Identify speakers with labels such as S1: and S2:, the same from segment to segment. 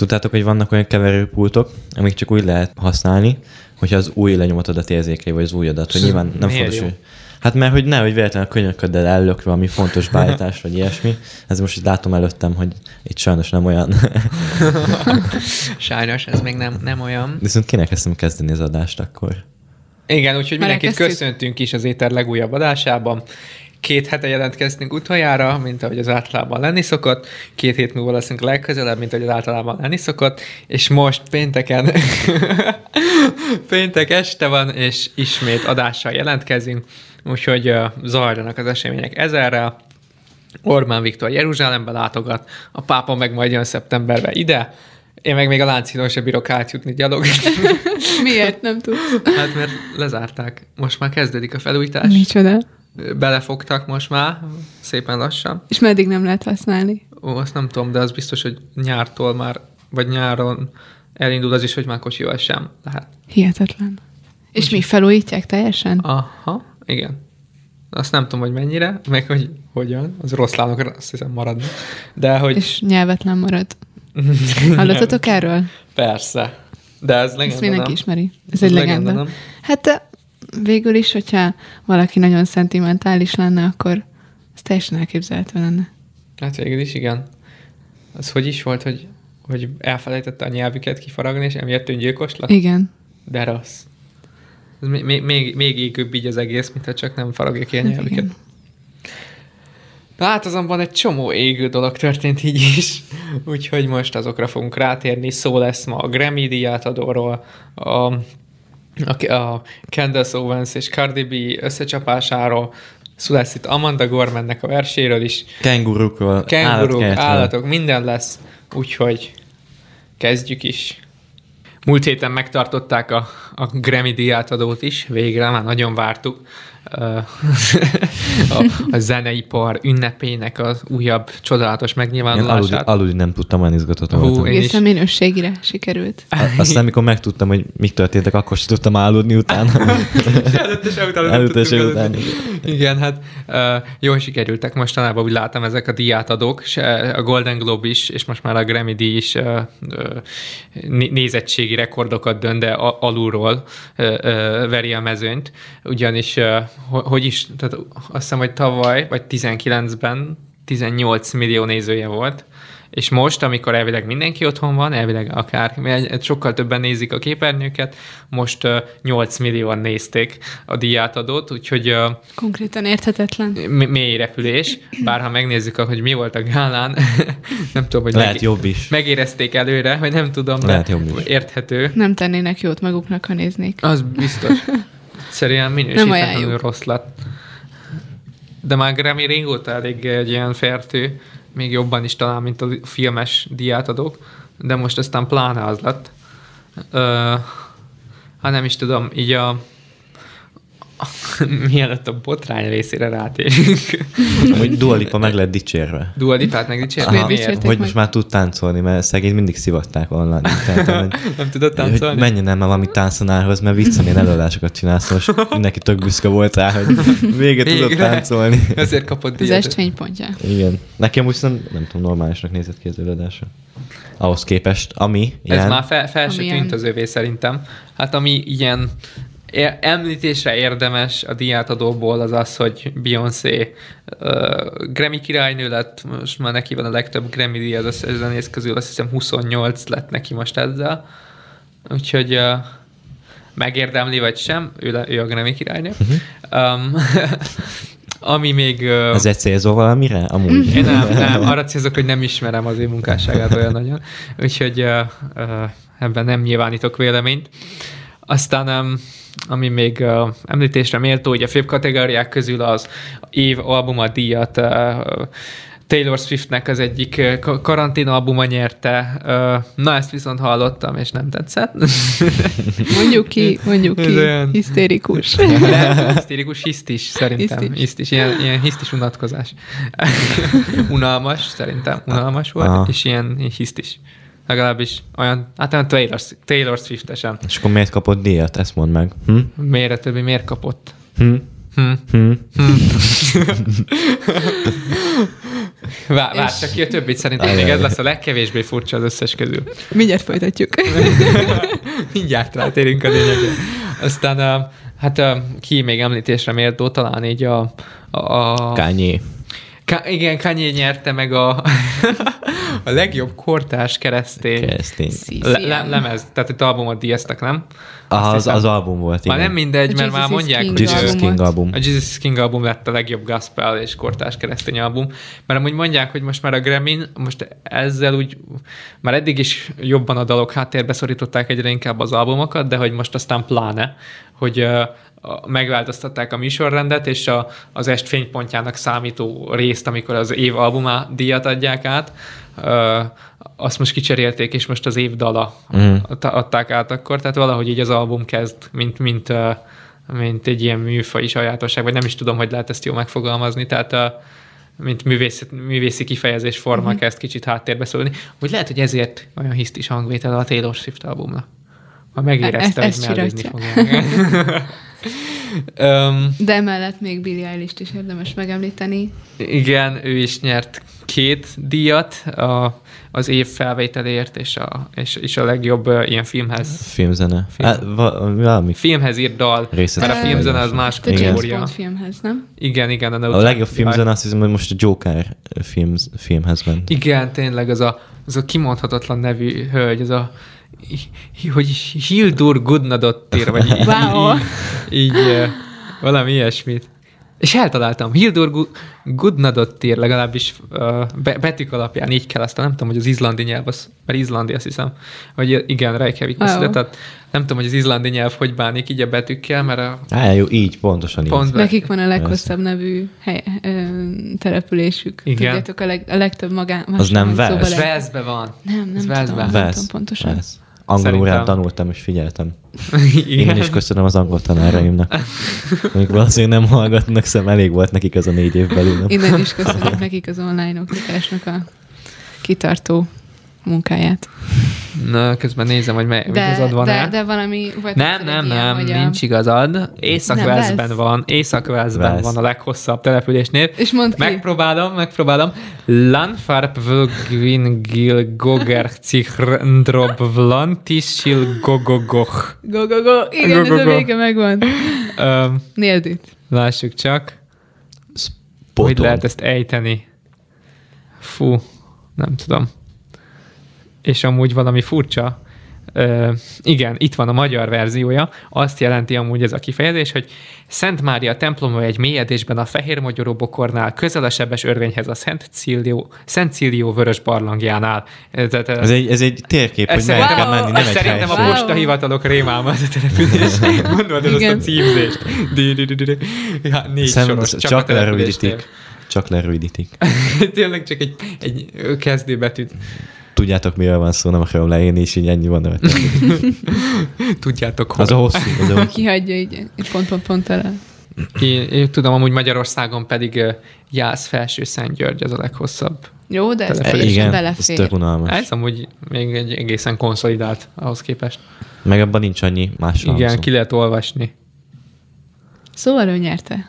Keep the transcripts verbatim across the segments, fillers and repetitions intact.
S1: Tudtátok, hogy vannak olyan keverőpultok, amik csak úgy lehet használni, hogyha az új lenyomatodat érzékeli, vagy az újadat, hogy nyilván nem
S2: Miért
S1: fontos,
S2: jó?
S1: hogy... Hát mert hogy nehogy véletlenül a könyököddel ellök valami fontos beállítás, vagy ilyesmi. Ez most itt látom előttem, hogy itt sajnos nem olyan.
S2: Sajnos, ez még nem, nem olyan.
S1: Viszont kinek kezdtem kezdeni az adást akkor?
S2: Igen, úgyhogy
S3: Már
S2: mindenkit
S3: elkezdtük?
S2: köszöntünk is az Éter legújabb adásában. Két hete jelentkeztünk utoljára, mint ahogy az általában lenni szokott. Két hét múlva leszünk legközelebb, mint ahogy az általában lenni szokott. És most pénteken, péntek este van, és ismét adással jelentkezünk. Úgyhogy uh, zajlanak az események ezerrel. Orbán Viktor Jeruzsálembe látogat, a pápa meg majd jön szeptemberben ide. Én meg még a Lánchídon sem bírok átjutni gyalog.
S3: Miért nem tudsz?
S2: Hát mert lezárták. Most már kezdődik a felújítás.
S3: Micsoda?
S2: Belefogtak most már, szépen lassan.
S3: És meddig nem lehet használni?
S2: Ó, azt nem tudom, de az biztos, hogy nyártól már, vagy nyáron elindul az is, hogy már kocsival sem lehet.
S3: Hihetetlen. És mi felújítják teljesen?
S2: Aha, igen. Azt nem tudom, hogy mennyire, meg hogy hogyan. Az oroszlánok azt hiszem maradnak. De hogy...
S3: És nyelvetlen marad. Hallottatok erről?
S2: Persze. De ez legenda,
S3: Ezt mindenki
S2: nem?
S3: ismeri. Ez,
S2: Ez
S3: egy
S2: legenda,
S3: legenda.
S2: nem?
S3: Hát végül is, hogyha valaki nagyon szentimentális lenne, akkor ez teljesen elképzelhető lenne.
S2: Hát végül is, igen. Az hogy is volt, hogy, hogy elfelejtette a nyelvüket kifaragni, és emiatt öngyilkos lett?
S3: Igen.
S2: De rossz. Ez még, még, még, még égőbb így az egész, mintha csak nem faragja ki a nyelvüket.
S3: Igen.
S2: Na hát azonban egy csomó égő dolog történt így is, úgyhogy most azokra fogunk rátérni. Szó lesz ma a Grammy díjátadóról, a, a, a Candace Owens és Cardi B összecsapásáról, szó lesz itt Amanda Gormannek a verséről is.
S1: Kengurukról,
S2: Kenguruk,
S1: állatkertről.
S2: állatok, minden lesz, úgyhogy kezdjük is. Múlt héten megtartották a, a Grammy díjátadót is, végre, már nagyon vártuk. a, a zeneipar ünnepének az újabb csodálatos megnyilvánulását.
S1: Aludni, aludni nem tudtam, olyan izgatott
S2: Hú,
S1: voltam.
S2: én is.
S3: Egészen minőségire sikerült.
S1: Aztán, amikor megtudtam, hogy mik történtek, akkor sem tudtam aludni utána.
S2: Előtte se utána nem
S1: Előtte se
S2: tudtuk
S1: utána.
S2: aludni. Igen, hát uh, jól sikerültek mostanában, úgy látom, ezek a díjátadók, se a Golden Globe is, és most már a Grammy díj is uh, uh, nézettségi rekordokat dönt, de a- alulról uh, uh, veri a mezőnyt. Ugyanis, uh, hogy is, tehát azt hiszem, hogy tavaly, vagy tizenkilencben tizennyolc millió nézője volt, és most, amikor elvileg mindenki otthon van, elvileg akár, mert sokkal többen nézik a képernyőket, most uh, nyolc millióan nézték a díjátadót, úgyhogy uh,
S3: Konkrétan érthetetlen.
S2: m- mély repülés, bár ha megnézzük, hogy mi volt a gálán, nem tudom, hogy
S1: Lehet
S2: meg-
S1: jobb is.
S2: megérezték előre, vagy nem tudom,
S1: Lehet
S2: de
S1: jobb is.
S2: érthető.
S3: Nem tennének jót maguknak, ha néznék.
S2: Az biztos. Szerintem minősítetlenül
S3: ajánljuk.
S2: rossz lett. De már Grammy régóta elég egy ilyen fertő, még jobban is talán, mint a filmes díjátadók, de most aztán pláne az lett. Uh, hát nem is tudom, így a mielőtt a botrány részére rátérünk.
S1: Hogy Dua Lipa meg lett dicsérve.
S2: Dua Lipát meg dicsérni?
S3: Miért
S2: Miért?
S3: dicsérték
S1: Hogy
S3: meg?
S1: most már tud táncolni, mert szegény mindig szivatták online. interneten, hogy,
S2: Nem tudod
S1: hogy
S2: táncolni?
S1: menjen el már valami tánctanárhoz, mert vicc, milyen előadásokat csinálsz. Most mindenki tök büszke volt rá, hogy végre tudott
S2: Végre.
S1: táncolni.
S2: Ezért kapott
S3: Az
S2: díjat.
S3: estfénypontja.
S1: Igen. Nekem úgy nem, nem tudom, normálisnak nézett ki az előadása. Ahhoz képest, ami
S2: Ez
S1: ilyen,
S2: már fel, fel se
S3: Amilyen-
S2: tűnt az övé szerintem. Hát ami ilyen é- említésre érdemes a díjátadóból az az, hogy Beyoncé uh, Grammy királynő lett, most már neki van a legtöbb Grammy díj az összes zenész közül, azt hiszem huszonnyolc lett neki most ezzel. Úgyhogy uh, megérdemli vagy sem, ő, le, ő a Grammy királynő. Uh-huh. Um, ami még... Uh,
S1: ez egy célzó valamire? Amúgy.
S2: én nem, nem, arra célzok, hogy nem ismerem az ő munkásságát olyan nagyon. Úgyhogy uh, uh, ebben nem nyilvánítok véleményt. Aztán, um, ami még uh, említésre méltó, hogy a főbb kategóriák közül az év albuma díjat uh, Taylor Swiftnek az egyik uh, karanténalbuma nyerte. Uh, na, ezt viszont hallottam, és nem tetszett.
S3: Mondjuk ki, mondjuk
S2: Ez
S3: ki.
S2: olyan-
S3: Hisztérikus.
S2: Nem, hisztérikus hiszt is, szerintem.
S3: Hiszt is.
S2: Hiszt is, ilyen, ilyen hiszt is unatkozás. Unalmas, szerintem. Unalmas volt,
S1: Aha.
S2: és ilyen hiszt is. Legalábbis olyan, hát olyan Taylor, Taylor Swift-esen.
S1: És akkor miért kapott díjat? Ezt mondd meg. Hm?
S2: Miért többi, miért kapott?
S1: Hm?
S2: Hm.
S1: Hm?
S2: Vár, vár csak ki a többit, szerintem még ez lesz a legkevésbé furcsa az összes közül.
S3: Mindjárt folytatjuk.
S2: Mindjárt rátérünk a lényegre. Aztán uh, hát uh, ki még említésre méltó, talán így a... a, a
S1: Kanye.
S2: Ka- igen, Kanye nyerte meg a, a legjobb kortárs keresztény,
S1: Keresztény.
S2: le- le- lemez. Tehát itt albumot díjaztak, nem?
S1: Ah, az, az album volt, igen.
S2: Már nem mindegy,
S3: A
S2: mert
S3: Jesus
S2: már
S3: is
S2: mondják,
S3: King
S2: hogy
S1: Jesus
S2: ő-
S1: is King album.
S2: a Jesus is King album lett a legjobb gospel és kortárs keresztény album. Mert amúgy mondják, hogy most már a Grammy-n, most ezzel úgy, már eddig is jobban a dalok háttérbe szorították egyre inkább az albumokat, de hogy most aztán pláne, hogy uh, megváltoztatták a műsorrendet, és a, az est fénypontjának számító részt, amikor az év albumá díjat adják át, uh, azt most kicserélték, és most az év dala
S1: Mm.
S2: adták át akkor, tehát valahogy így az album kezd, mint, mint, uh, mint egy ilyen műfai sajátosság, vagy nem is tudom, hogy lehet ezt jól megfogalmazni, tehát uh, mint művész, művészi kifejezés forma mm-hmm. kezd kicsit háttérbe szólni. Hogy lehet, hogy ezért olyan hisztis hangvétel a Taylor Swift albumnak. Ha megérezte,
S3: Ezt-
S2: hogy
S3: ezt
S2: mellézni fogják. um,
S3: De emellett még Billie Eilish-t is érdemes megemlíteni.
S2: igen, ő is nyert két díjat a, az év felvételért, és a, és, és a legjobb uh, ilyen filmhez,
S1: Filmzene.
S2: Film.
S1: Hát, va- valami.
S2: filmhez írt dal,
S1: Részletes
S2: mert a filmzene az más
S3: A James
S2: kategória.
S3: Bond filmhez, nem?
S2: Igen, igen.
S1: A legjobb filmzene azt hiszem, hogy most a Joker film, filmhez ment.
S2: Igen, tényleg az a, az a kimondhatatlan nevű hölgy, az a hogy Hildur Gudnadottir, vagy így,
S3: Wow.
S2: így, így uh, valami ilyesmit. És eltaláltam, Hildur Gu- Gudnadottir, legalábbis uh, be- betűk alapján így kell, aztán nem tudom, hogy az izlandi nyelv, az, mert izlandi azt hiszem, hogy igen, Reykjavikban
S3: Wow.
S2: született. Nem tudom, hogy az izlandi nyelv hogy bánik így a betűkkel, mert a
S1: Á, jó, így, pontosan
S2: Pont-
S1: így.
S3: Nekik van a leghosszabb nevű hely, ö, településük.
S2: Igen.
S3: Tudjátok, a, leg, a legtöbb magán...
S1: Az nem
S3: szóval
S1: Wales?
S2: Ez
S3: leg-
S2: Velszbe van.
S3: Nem, nem
S2: Ez
S3: tudom,
S2: Velszben.
S3: nem
S1: Vesz.
S3: tudom pontosan.
S1: Vesz. Angol
S2: Szerintem.
S1: órán tanultam és figyeltem.
S2: Igen.
S1: Én is köszönöm az angol tanáraimnak. Amik valószínűleg nem hallgatnak, szem elég volt nekik az a négy év belül. Nem?
S3: Innen is köszönjük nekik az online oktatásnak a kitartó munkáját.
S2: Na, közben nézem, hogy mely,
S3: De,
S2: igazad van-e.
S3: de, de valami... Volt
S2: Nem,
S3: egyszer
S2: nem,
S3: egy ilyen,
S2: nem,
S3: hogy a-
S2: nincs igazad. Észak-Velszben
S3: Velsz.
S2: van, Észak-Velszben
S1: Velsz.
S2: van a leghosszabb településnél.
S3: És mondd ki.
S2: Megpróbálom, megpróbálom. Lanfarp vögvingil gogercichrndrob vlantisil gogogoch.
S3: Go, go, go. Igen,
S2: Go, go,
S3: ez a
S2: go.
S3: vége megvan.
S2: Um,
S3: Nailed it.
S2: lássuk csak, hogy
S1: Potom.
S2: lehet ezt ejteni. Fú, nem tudom. És amúgy valami furcsa. Ö, igen, itt van a magyar verziója. Azt jelenti amúgy ez a kifejezés, hogy Szent Mária temploma egy mélyedésben a Fehér Mogyoró bokornál, közel a sebes örvényhez a Szent Cílió, Szent Cílió vörös barlangjánál. Ez,
S1: Ez egy, ez egy térkép,
S2: ez
S1: hogy merre
S2: szerintem,
S1: kell menni,
S2: ez
S1: nem egy
S2: szerintem a
S1: helység.
S3: Wow.
S2: postahivatalok rémálma ez a település. Gondolod ezt a
S3: Igen.
S2: címzést. Di, di, di, di, di. Ja, négy
S1: Szem,
S2: soros,
S1: csak,
S2: csak,
S1: csak
S2: a településnél.
S1: lerövidítik. Csak lerövidítik.
S2: Tényleg csak egy, egy kezdőbetűt.
S1: Tudjátok, miről van szó, nem akarom leírni, és így ennyi van rajta.
S2: Tudjátok, hol.
S1: Az a hosszú. Az a hosszú.
S3: Kihagyja így egy pont-pont-pont alá.
S2: Én, én tudom, amúgy Magyarországon pedig uh, Jász Felső Szentgyörgy az a leghosszabb.
S3: Jó, de ez
S2: Település.
S3: teljesen
S1: Igen, ez
S3: belefér.
S1: tök unalmas.
S2: Ez amúgy még egy egészen konszolidált ahhoz képest.
S1: Meg abban nincs annyi más
S2: Igen,
S1: szó.
S2: ki lehet olvasni.
S3: Szóval ő nyerte.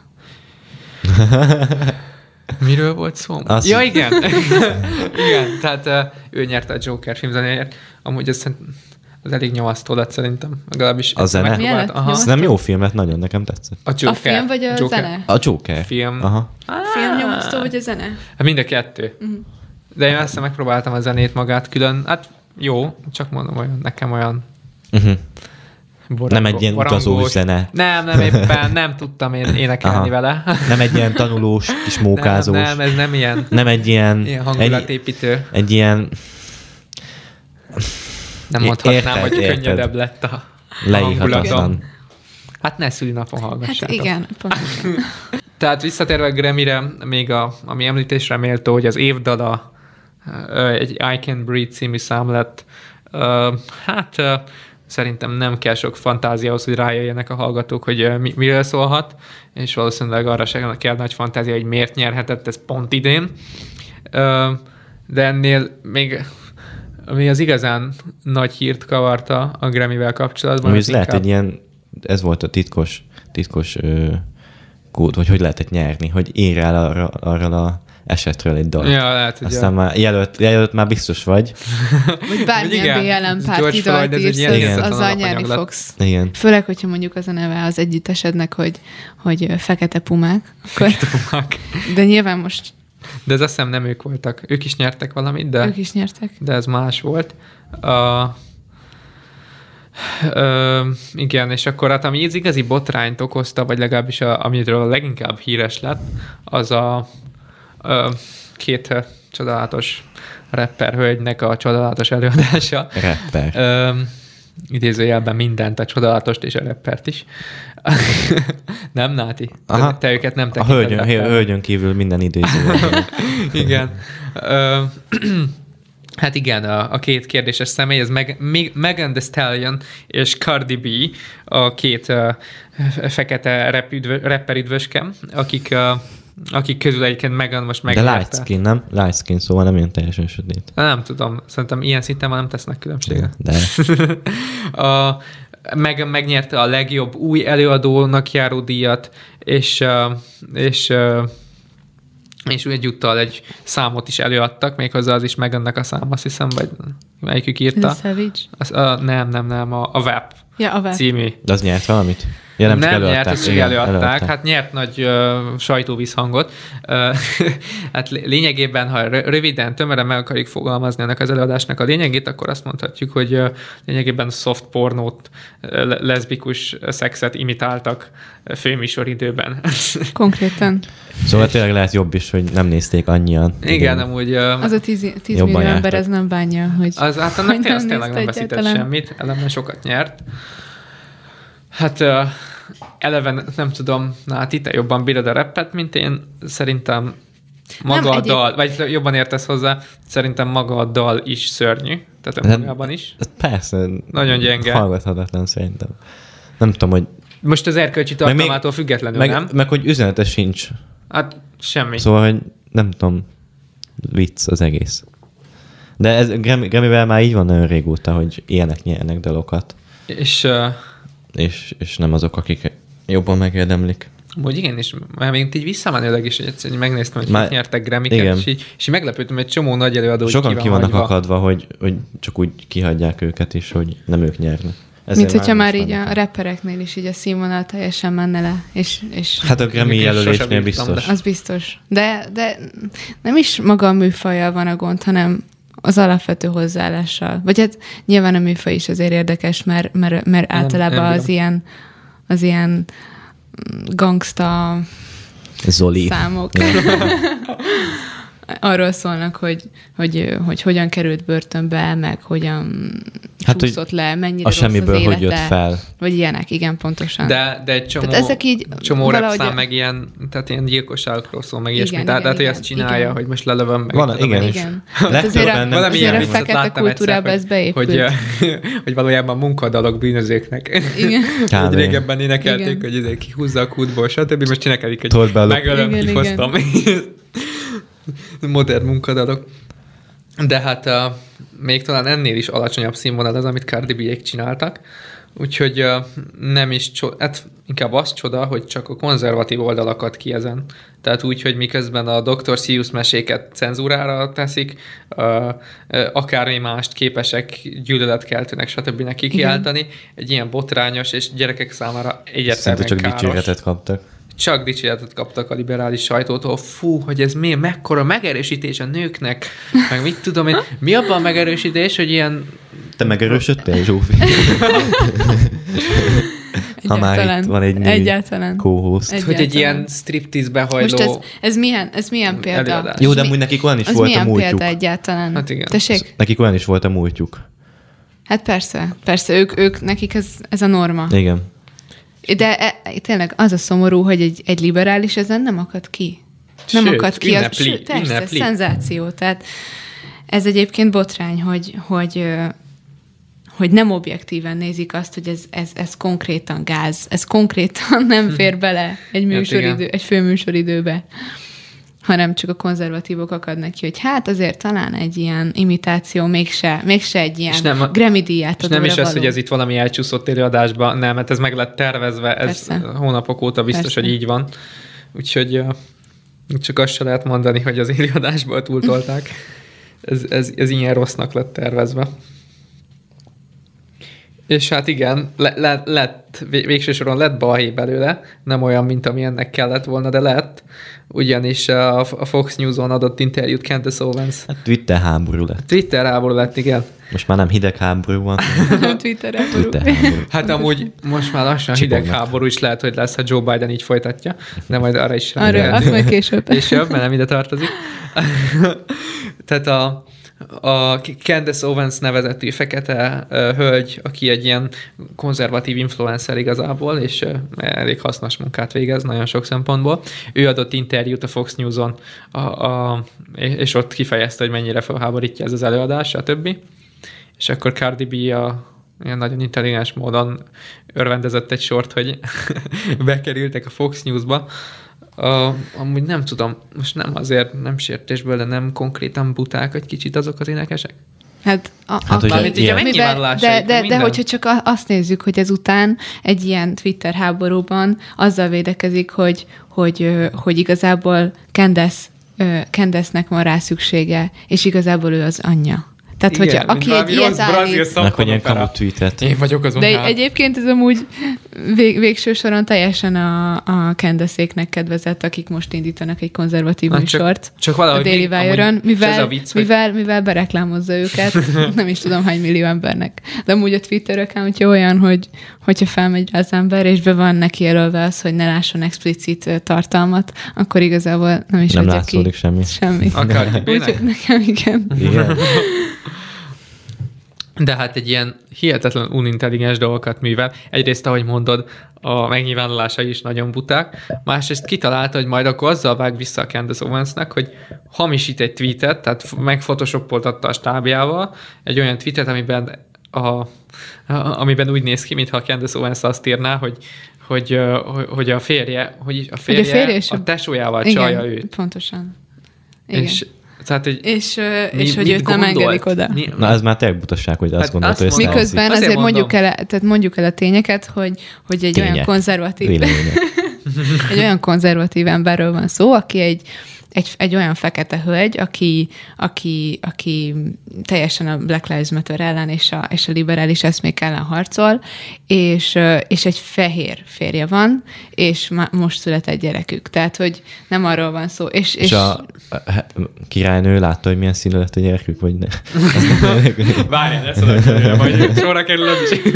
S2: Miről volt szó?
S1: Azt-
S2: Ja, igen. igen, tehát uh, ő nyerte a Joker filmzenéért. Amúgy ez, szerint- az elég nyomasztó lett szerintem. Legalábbis
S1: A
S2: egyszer
S1: zene?
S2: megpróbált-
S3: Mi lett?
S2: Aha.
S1: Ez nem jó film lett, nagyon nekem tetszett.
S2: A Joker.
S3: A film vagy a
S2: Joker.
S3: zene?
S1: A Joker.
S2: Film.
S1: Aha.
S3: Film nyomasztó vagy a zene?
S2: Hát mind a kettő. Uh-huh. De én aztán megpróbáltam a zenét magát külön. Hát jó, csak mondom, olyan, nekem olyan
S1: Uh-huh.
S2: borongó,
S1: Nem egy ilyen utazós
S2: borongós.
S1: zene.
S2: Nem, nem éppen, nem tudtam én énekelni
S1: Aha.
S2: vele.
S1: Nem egy ilyen tanulós, kis mókázós.
S2: Nem, nem, ez nem ilyen,
S1: Nem egy ilyen...
S2: ilyen
S1: egy,
S2: hangulatépítő.
S1: egy ilyen
S2: Nem
S1: É-
S2: mondhatnám,
S1: érted,
S2: hogy
S1: érted.
S2: könnyedebb lett a
S1: leírhatatlan.
S2: hangulatom. Hát ne szülinapon
S3: Hát
S2: hallgassátok.
S3: igen, pontosan.
S2: Tehát visszatérve a Grammy-re, még a, ami említésre méltó, hogy az évdala ö, egy I Can Breathe című szám lett. Ö, Hát ö, szerintem nem kell sok fantázia ahhoz, hogy rájöjjenek a hallgatók, hogy ö, mi, miről szólhat, és valószínűleg arra se kell nagy fantázia, hogy miért nyerhetett ez pont idén. Ö, De ennél még ami az igazán nagy hírt kavarta a Grammy-vel kapcsolatban.
S1: Ami
S2: az
S1: ez lehet
S2: inkább-
S1: egy ilyen, ez volt a titkos, titkos ö, kód, hogy hogy lehetett nyerni, hogy ér el arra, arra a esetről egy dalt.
S2: Ja, lehet, hogy
S1: Aztán
S2: ja.
S1: már jelölt, jelölt már biztos vagy.
S3: Vagy bármilyen bé el em párti dalt írsz, az, azzal nyerni fogsz.
S1: Igen.
S3: Főleg, hogyha mondjuk az a neve az együttesednek, hogy, hogy Fekete Pumák.
S2: Fekete Pumák.
S3: De nyilván most...
S2: De ez azt hiszem nem ők voltak. Ők is nyertek valamit, de...
S3: Ők is nyertek.
S2: De ez más volt. Uh, uh, igen, és akkor hát ami az igazi botrányt okozta, vagy legalábbis a, amiről a leginkább híres lett, az a uh, két uh, csodálatos rapper hölgynek a csodálatos előadása.
S1: Rapper.
S2: Uh, idézőjelben mindent, a csodálatost és a rappert is. Nem, Náti? Te, te őket nem tekinted.
S1: A hölgyön, hölgyön kívül minden idézőjelben.
S2: Igen. Uh, Hát igen, a, a két kérdéses személy, ez Meg, Meg, Megan Thee Stallion és Cardi B, a két uh, fekete rap üdvö, rapper üdvöskem, akik, uh, akik közül egyébként Megan most megnyerte.
S1: De light skin, nem? Light skin, szóval nem ilyen teljesen sötét.
S2: Nem tudom, szerintem ilyen szinten már nem tesznek különbséget.
S1: De.
S2: a, Megan megnyerte a legjobb új előadónak járó díjat, és, uh, és uh, és egyúttal egy számot is előadtak, méghozzá az is Megannek a szám, azt hiszem, vagy melyikük írta.
S3: The Savage?
S2: Az, a, nem, nem, nem, a, a Vap
S3: ja, a Vap
S2: című.
S1: De az nyert valamit? Ja, nem,
S2: nem nyert, ezt csak előadták.
S1: előadták.
S2: Hát nyert nagy uh, sajtóvízhangot. Uh, hát lényegében, ha röviden, tömören meg akarjuk fogalmazni ennek az előadásnak a lényegét, akkor azt mondhatjuk, hogy uh, lényegében soft pornót, uh, leszbikus szexet imitáltak főműsoridőben.
S3: Konkrétan.
S1: Szóval tényleg lehet jobb is, hogy nem nézték annyian.
S2: Igen, igen. amúgy... Uh,
S3: az a tíz, tíz millió jártak. Ember ez nem bánja, hogy...
S2: Az hát annak tényleg, tényleg nem veszített egyáltalán. Semmit, eleve sokat nyert. Hát uh, eleve nem tudom, na, te jobban bírod a rappet, mint én. Szerintem maga nem, a egyéb... dal, vagy jobban értesz hozzá, szerintem maga a dal is szörnyű. Tehát önmagában is.
S1: Persze.
S2: Nagyon gyenge.
S1: Hallgathatatlan szerintem. Nem tudom, hogy...
S2: Most az erkölcsi tartalmától még, függetlenül,
S1: meg,
S2: nem?
S1: Meg, hogy üzenete sincs.
S2: Hát semmi.
S1: Szóval, hogy nem tudom, vicc az egész. De ez Grammy-vel már így van nagyon régóta, hogy ilyenek nyernek dalokat.
S2: És... Uh...
S1: És, és nem azok, akik jobban megérdemlik.
S2: Úgy igen, és már még így visszamenőleg is, hogy egyszerűen megnéztem, hogy már, nyertek Grammy-ket, és így, és így meglepődtem, hogy egy csomó nagy előadó
S1: sokan ki vannak
S2: hagyva.
S1: akadva, hogy, hogy csak úgy kihagyják őket is, hogy nem ők nyernek.
S3: Ezért mint hogyha már így a rappereknél is így a színvonal teljesen menne le. És, és
S1: hát a Grammy jelölésnél biztos.
S3: De. Az biztos. De, de nem is maga a műfajjal van a gond, hanem az alapvető hozzáállással. Vagy hát nyilván a műfaj is azért érdekes, mert, mert, mert általában nem, nem az, ilyen, az ilyen gangsta
S1: Zoli.
S3: Számok arról szólnak, hogy, hogy, hogy hogyan került börtönbe, meg hogyan hát, csúszott le, mennyire
S1: a rossz semmiből
S3: az élete,
S1: hogy jött fel.
S3: Vagy ilyenek, igen, pontosan.
S2: De, de egy csomó,
S3: ezek így
S2: csomó repszám meg ilyen, tehát ilyen gyilkosságokról szól, meg ilyesmi. Tehát, tehát hogy ezt csinálja, igen. Hogy most lelövöm meg.
S1: Van, igen,
S3: igen. igen. Hát azért a, azért a fekete kultúrába ez beépült.
S2: Hogy, hogy valójában munkadalok bűnözőknek.
S3: Igen.
S2: Hogy régebben énekelték, hogy ezért kihúzza a kútból, stb. Most csinálkodik, hogy megölöm, kihoztam. Modern munkadalok. De hát uh, még talán ennél is alacsonyabb színvonal az, amit Cardi B-ék csináltak. Úgyhogy uh, nem is csoda, hát inkább az csoda, hogy csak a konzervatív oldalakat ki ezen. Tehát úgy, hogy miközben a doktor Seuss meséket cenzúrára teszik, uh, uh, akármi mást képesek gyűlöletkeltőnek, stb. Kikiáltani, egy ilyen botrányos és gyerekek számára egyértelműen
S1: csak
S2: káros.
S1: Dicséretet kaptak.
S2: Csak dicséretet kaptak a liberális sajtótól. Fú, hogy ez mi, mekkora megerősítés a nőknek, meg mit tudom én. Mi abban a megerősítés, hogy ilyen...
S1: Te megerősödtél, Zsófi? Ha már itt van egy női co-host.
S2: Hogy egy ilyen striptease-be hajló...
S3: Most ez, ez, milyen, ez milyen példa?
S2: Előadás.
S1: Jó, de amúgy nekik olyan is
S3: az
S1: volt a múltjuk.
S3: Az milyen példa egyáltalán?
S2: Hát igen.
S3: Tessék?
S1: Nekik olyan is volt a múltjuk.
S3: Hát persze, persze, ők, ők nekik ez, ez a norma.
S1: Igen.
S3: De e, tényleg az a szomorú, hogy egy, egy liberális ezen nem akad ki. Nem
S2: sőt,
S3: akad ki.
S2: Ünnepli,
S3: az, persze,
S2: ünnepli.
S3: Szenzáció. Tehát ez egyébként botrány, hogy, hogy, hogy nem objektíven nézik azt, hogy ez, ez, ez konkrétan gáz. Ez konkrétan nem fér bele egy, műsoridő, egy főműsoridőbe. Hanem csak a konzervatívok akadnak ki, hogy hát azért talán egy ilyen imitáció mégse, mégse egy ilyen nem, Grammy-díját
S2: és nem is az, hogy ez itt valami elcsúszott előadásban, nem, mert ez meg lett tervezve, ez Persze. hónapok óta biztos, Persze. hogy így van. Úgyhogy... Csak azt se lehet mondani, hogy az élőadásból túltolták. Ez, ez, ez ilyen rossznak lett tervezve. És hát igen, le, le, lett, végső soron lett balhé belőle, nem olyan, mint ami ennek kellett volna, de lett. Ugyanis a, a Fox News-on adott interjút Candace Owens.
S1: Hát Twitter háború lett.
S2: Twitter háború lett, igen.
S1: Most már nem hidegháború van.
S3: Twitter háború.
S1: Twitter háború.
S2: Hát amúgy most már lassan hidegháború is lehet, hogy lesz, ha Joe Biden így folytatja, de majd arra is
S3: arra, azt majd később.
S2: Később, mert nem ide tartozik. Tehát a A Candace Owens nevezetű fekete uh, hölgy, aki egy ilyen konzervatív influencer igazából, és uh, elég hasznos munkát végez nagyon sok szempontból. Ő adott interjút a Fox News-on, a, a, és ott kifejezte, hogy mennyire felháborítja ez az előadás, stb. És akkor Cardi B a ilyen nagyon intelligens módon örvendezett egy sort, hogy bekerültek a Fox News-ba. Uh, amúgy nem tudom, most nem azért, nem sértésből, de nem konkrétan buták egy kicsit azok az énekesek?
S3: Hát, a,
S1: hát
S3: aki,
S1: hogy ilyen
S3: mivel, de, de, de hogyha csak azt nézzük, hogy ezután egy ilyen Twitter háborúban azzal védekezik, hogy, hogy, hogy igazából Candace, Candace-nek van rá szüksége, és igazából ő az anyja. Tehát,
S2: igen,
S3: hogyha aki egy ilyet állít...
S1: Meg, hogy ilyen kamu tweetet.
S2: Én vagyok azon.
S3: De egyébként ez amúgy vég, végső soron teljesen a, a Candace-éknek kedvezett, akik most indítanak egy konzervatív
S2: Na,
S3: műsort.
S2: Csak, csak valahogy...
S3: A Daily Wire-on, mivel,
S2: vicc,
S3: mivel, mivel bereklámozza őket, nem is tudom hány millió embernek. De amúgy a Twitter accountja olyan, hogy hogyha felmegy rá az ember, és be van neki jelölve az, hogy ne lásson explicit tartalmat, akkor igazából nem is
S1: nem
S3: adja
S1: látszódik
S3: ki.
S1: semmi.
S3: Semmi.
S2: Akár
S3: Úgyhogy nekem igen.
S1: Igen.
S2: De hát egy ilyen hihetetlen unintelligens dolgokat művel. Egyrészt, ahogy mondod, a megnyilvánulásai is nagyon buták. Másrészt kitalálta, hogy majd akkor azzal vág vissza a Candace Owensnek, hogy hamisít egy tweetet, tehát megphotoshopoltatta a stábjával egy olyan tweetet, amiben, a, a, amiben úgy néz ki, mintha a Candace Owens azt írná, hogy hogy, hogy a férje, hogy a férje, a, férje a tesójával csalja
S3: igen,
S2: őt.
S3: Pontosan. Igen.
S2: És Tehát, hogy
S3: és, mi, és hogy őt nem engedik oda.
S1: Mi, Na, ez már tényleg butaság, hogy azt hát gondolt, hogy ezt
S3: miközben azért, azért mondjuk el, tehát mondjuk el a tényeket, hogy, hogy egy Tények. olyan konzervatív egy olyan konzervatív emberről van szó, aki egy, egy, egy olyan fekete hölgy, aki, aki, aki teljesen a Black Lives Matter ellen és a, és a liberális eszmék ellen harcol, és, és egy fehér férje van, és most született gyerekük. Tehát, hogy nem arról van szó. És,
S1: és, és a, a királynő látta, hogy milyen színű lett a gyerekük, vagy ne?
S2: Várjál, ezt oda, hogy sorra kerül az is.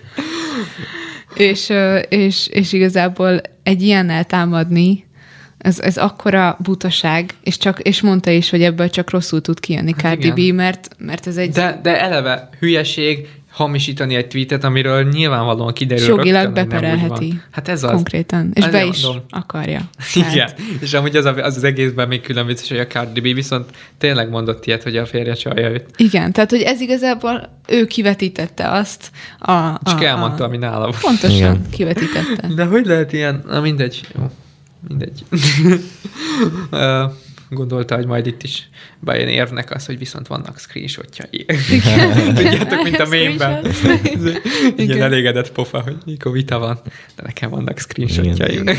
S3: és, és, és igazából egy ilyennel támadni, Ez, ez akkora butaság, és, csak, és mondta is, hogy ebből csak rosszul tud kijönni hát Cardi B, mert, mert ez egy...
S2: De, de eleve hülyeség hamisítani egy tweetet, amiről nyilvánvalóan kiderül
S3: jogilag
S2: rögtön,
S3: beperelheti.
S2: Hát ez az.
S3: Konkrétan. És
S2: Ezzel
S3: be is
S2: mondom.
S3: akarja.
S2: Igen. Tehát... És amúgy az, az az egészben még külön vicces, hogy a Cardi B viszont tényleg mondott ilyet, hogy a férje csalja őt.
S3: Igen, tehát hogy ez igazából ő kivetítette azt. A, a,
S2: Csak elmondta, a... ami nála volt.
S3: Pontosan
S1: Igen.
S3: kivetítette.
S2: De hogy lehet ilyen? Na mindegy. Jó. Mindegy. Gondolta, hogy majd itt is bejön érvnek az, hogy viszont vannak screenshotjai. Tudjátok, mint a mémben. Igen, elégedett pofa, hogy mikor vita van, de nekem vannak screenshotjai. um,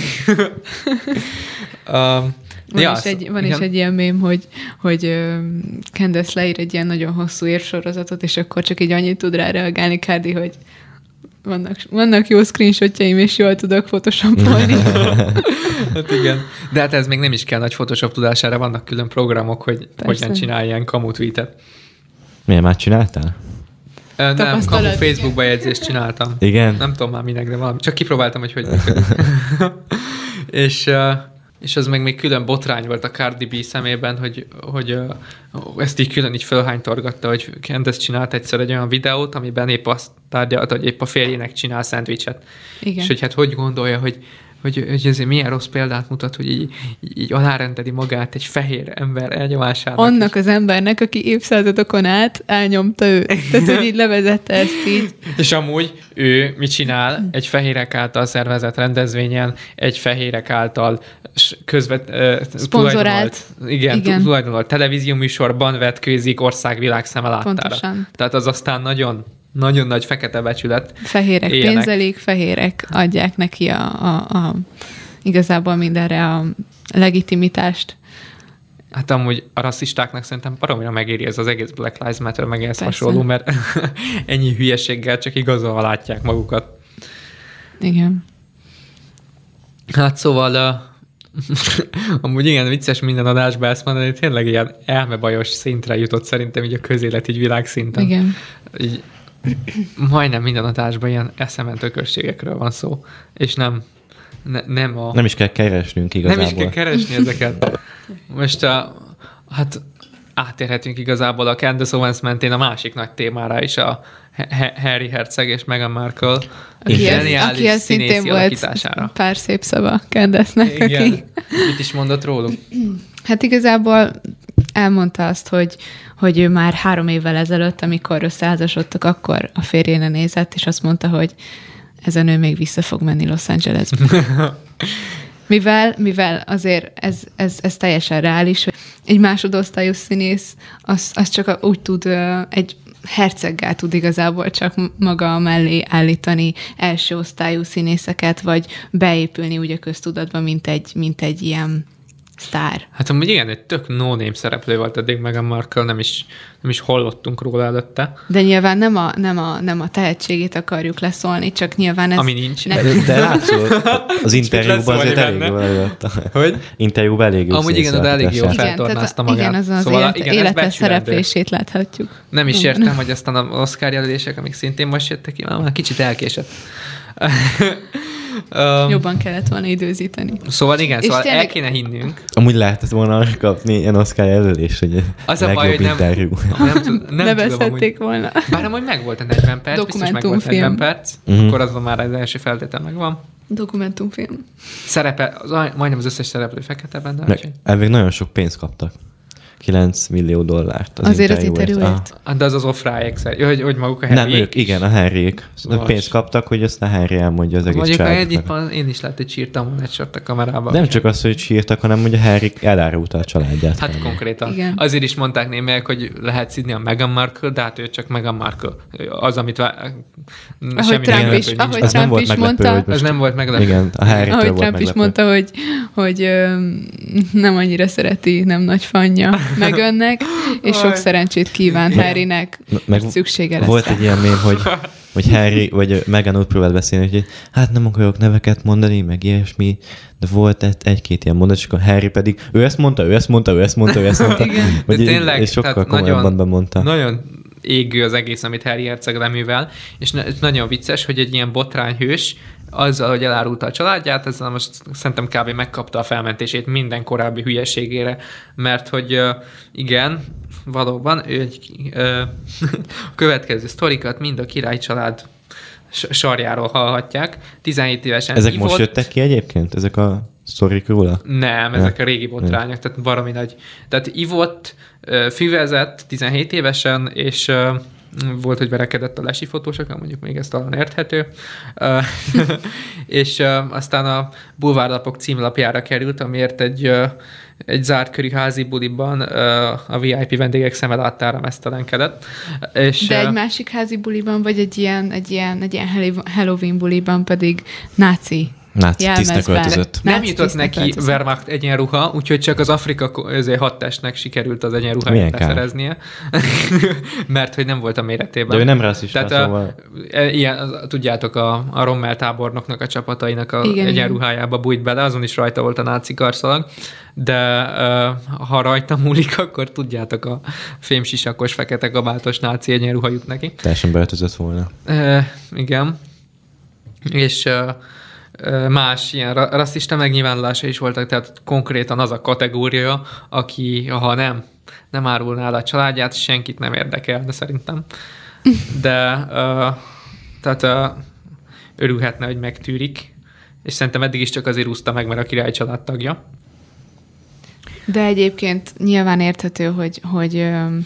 S3: van
S2: ja,
S3: is, egy, van is egy ilyen mém, hogy, hogy uh, Candace leír egy ilyen nagyon hosszú érvsorozatot, és akkor csak így annyit tud rá reagálni Cardi, hogy Vannak, vannak jó screenshotjaim, és jól tudok photoshopolni.
S2: Hát igen. De hát ez még nem is kell nagy Photoshop tudására, vannak külön programok, hogy Persze. hogyan csinálj ilyen kamu tweetet.
S1: Miért már csináltál?
S2: Ö, nem, kamu Facebook bejegyzést csináltam.
S1: Igen?
S2: Nem tudom már minek, de valami. Csak kipróbáltam, hogy hogy és... Uh, és az meg még külön botrány volt a Cardi B szemében, hogy, hogy uh, ezt így külön így fölhánytorgatta, hogy Candace csinált egyszer egy olyan videót, amiben épp azt tárgyalta, hogy épp a férjének csinál szendvicset. Igen. És hogy hát hogy gondolja, hogy, hogy, hogy ezért milyen rossz példát mutat, hogy így, így alárendeli magát egy fehér ember elnyomásának.
S3: Annak az embernek, aki évszázadokon át elnyomta őt. Tehát, hogy így levezette ezt így.
S2: És amúgy ő mit csinál? Egy fehérek által szervezett rendezvényen, egy fehérek által közvet... Uh,
S3: szponzorált.
S2: Igen, igen. tulajdonolt televízióműsorban vetkőzik ország-világ szeme láttára.
S3: Pontosan.
S2: Tehát az aztán nagyon... Nagyon nagy fekete becsület.
S3: Fehérek éjjenek. Pénzelik, fehérek adják neki a, a, a igazából mindenre a legitimitást.
S2: Hát amúgy a rasszistáknak szerintem baromira megéri ez az egész Black Lives Matter, meg ez hasonló, mert ennyi hülyeséggel csak igazolva látják magukat.
S3: Igen.
S2: Hát szóval uh, amúgy igen, vicces minden adásba ezt mondani, tényleg ilyen elmebajos szintre jutott szerintem így a közélet, így világszinten.
S3: Igen.
S2: Így, majdnem minden adásban ilyen eszemen tökörségekről van szó, és nem ne, nem a...
S1: Nem is kell keresnünk igazából.
S2: Nem is kell keresni ezeket. Most a, hát átérhetünk igazából a Candace Owens mentén a másik nagy témára is, a Harry Herceg és Meghan Markle
S3: aki aki ez szintén volt pár szép szava Candace-nek.
S2: Igen.
S3: Aki...
S2: Mit is mondott róluk?
S3: Hát igazából elmondta azt, hogy, hogy ő már három évvel ezelőtt, amikor összeházasodtak, akkor a férjére nézett, és azt mondta, hogy ez a nő még vissza fog menni Los Angelesbe. Mivel, mivel azért ez, ez, ez teljesen reális, hogy egy másodosztályú színész, az, az csak úgy tud, egy herceggel tud igazából csak maga mellé állítani első osztályú színészeket, vagy beépülni úgy a köztudatba, mint egy, mint egy ilyen sztár.
S2: Hát amúgy igen, egy tök no-name szereplő volt eddig Meghan Markle, nem is, nem is hallottunk róla előtte.
S3: De nyilván nem a, nem a, nem a tehetségét akarjuk leszólni, csak nyilván ez...
S2: Ami nincs.
S3: Ne...
S1: De, de látszol, az interjúban azért elég jól előadta.
S2: Hogy?
S1: Interjúban elég jól
S2: amúgy igen, de elég jól feltornázta magát.
S3: Igen, az az
S2: szóval
S3: élet,
S2: igen,
S3: életes szereplését láthatjuk.
S2: Nem is értem, hogy aztán az Oscar jelölések, amik szintén most jöttek ki, már kicsit elkésett.
S3: Um, Jobban kellett volna időzíteni.
S2: Szóval igen, szóval tényleg... el kéne hinnünk.
S1: Amúgy lehetett volna kapni ilyen Oscar jelölés, hogy
S2: az a baj, hogy nem,
S1: interjú.
S2: nem, tud, nem
S3: Nevezhették
S2: tudom,
S3: volna.
S2: Bár amúgy meg volt a negyven perc, biztos meg volt negyven perc, uh-huh. Akkor azon már az első feltétel megvan.
S3: Dokumentumfilm.
S2: Szerepe, az, majdnem az összes szereplő fekete benne.
S1: Meg, elvég nagyon sok pénzt kaptak. kilenc millió dollárt az
S3: azért az interjúért.
S2: Ah. De az az off-ráék szerint, hogy, hogy maguk a Harryék.
S1: Nem, ők, igen, a Harryék. Pénzt kaptak, hogy aztán Harry elmondja az egész családnak.
S2: Mondjuk, én is lehet, hogy sírtam volna egy sort a kamerában.
S1: Nem csak az, hogy sírtak, hanem hogy a Harry elárulta a családját.
S2: Hát hanem. Konkrétan.
S3: Igen.
S2: Azért is mondták némelyek, hogy lehet szidni a Meghan Markle, de hát ő csak Meghan Markle. Az, amit vá...
S3: ahogy semmi Trump meglepő, is, ahogy
S1: az
S3: Trump
S1: nem volt
S3: is
S1: meglepő,
S3: mondta,
S2: az nem volt meglepő.
S1: Igen, a Harry-től
S3: ahogy
S1: volt
S3: Trump
S1: meglepő.
S3: is mondta, hogy, hogy ö, nem annyira szereti, nem nagy fanja Meghannek, és sok szerencsét kíván Harrynek, meg szüksége lesz.
S1: Volt egy ilyen mém, hogy, hogy Harry, vagy Meghan úgy próbált beszélni, hogy hát nem akarok neveket mondani, meg ilyesmi, de volt egy, egy-két ilyen mondat, és akkor Harry pedig, ő ezt mondta, ő ezt mondta, ő ezt mondta, ő ezt mondta.
S3: Igen.
S1: Vagy
S2: de tényleg,
S1: és sokkal komolyabban bemondta.
S2: Nagyon égő az egész, amit Harry herceg leművel, és nagyon vicces, hogy egy ilyen botrányhős azzal, hogy elárulta a családját, ezzel most szerintem kb. Megkapta a felmentését minden korábbi hülyeségére, mert hogy uh, igen, valóban, ő egy uh, a következő sztorikat mind a király család sarjáról hallhatják. tizenhét évesen
S1: Ezek
S2: ivott.
S1: most jöttek ki egyébként? Ezek a sztorik róla?
S2: Nem, ezek ja. a régi botrányok, tehát baromi nagy. Tehát ivott, füvezett tizenhét évesen, és uh, volt, hogy verekedett a lesi fotósokon, mondjuk még ez talán érthető. Uh, és uh, aztán a bulvárlapok címlapjára került, amiért egy, uh, egy zárt körű házi buliban uh, a vé i pé vendégek szeme láttára mesztelenkedett. És,
S3: de egy másik házi buliban, vagy egy ilyen, egy ilyen, egy ilyen Halloween buliban pedig náci
S1: náci tisztnek öltözött.
S2: Nem jutott neki öltözött. Wehrmacht egyenruha, úgyhogy csak az Afrika hadtestnek sikerült az egyenruháját beszereznie, mert hogy nem volt a méretében.
S1: De ő nem rasszista,
S2: Tehát
S1: szóval...
S2: a, ilyen, tudjátok, a, a Rommel tábornoknak a csapatainak a igen, egyenruhájába bújt bele, azon is rajta volt a náci karszalag, de uh, ha rajta múlik, akkor tudjátok, a fémsisakos, fekete kabátos náci egyenruha jut neki.
S1: Teljesen beöltözött volna.
S2: Uh, igen. És... Uh, más ilyen rasszista megnyilvánulása is voltak, tehát konkrétan az a kategória, aki, ha nem, nem árulná el a családját, senkit nem érdekel, de szerintem. De uh, tehát uh, örülhetne, hogy megtűrik, és szerintem eddig is csak azért úszta meg, mert a király családtagja.
S3: De egyébként nyilván érthető, hogy, hogy um,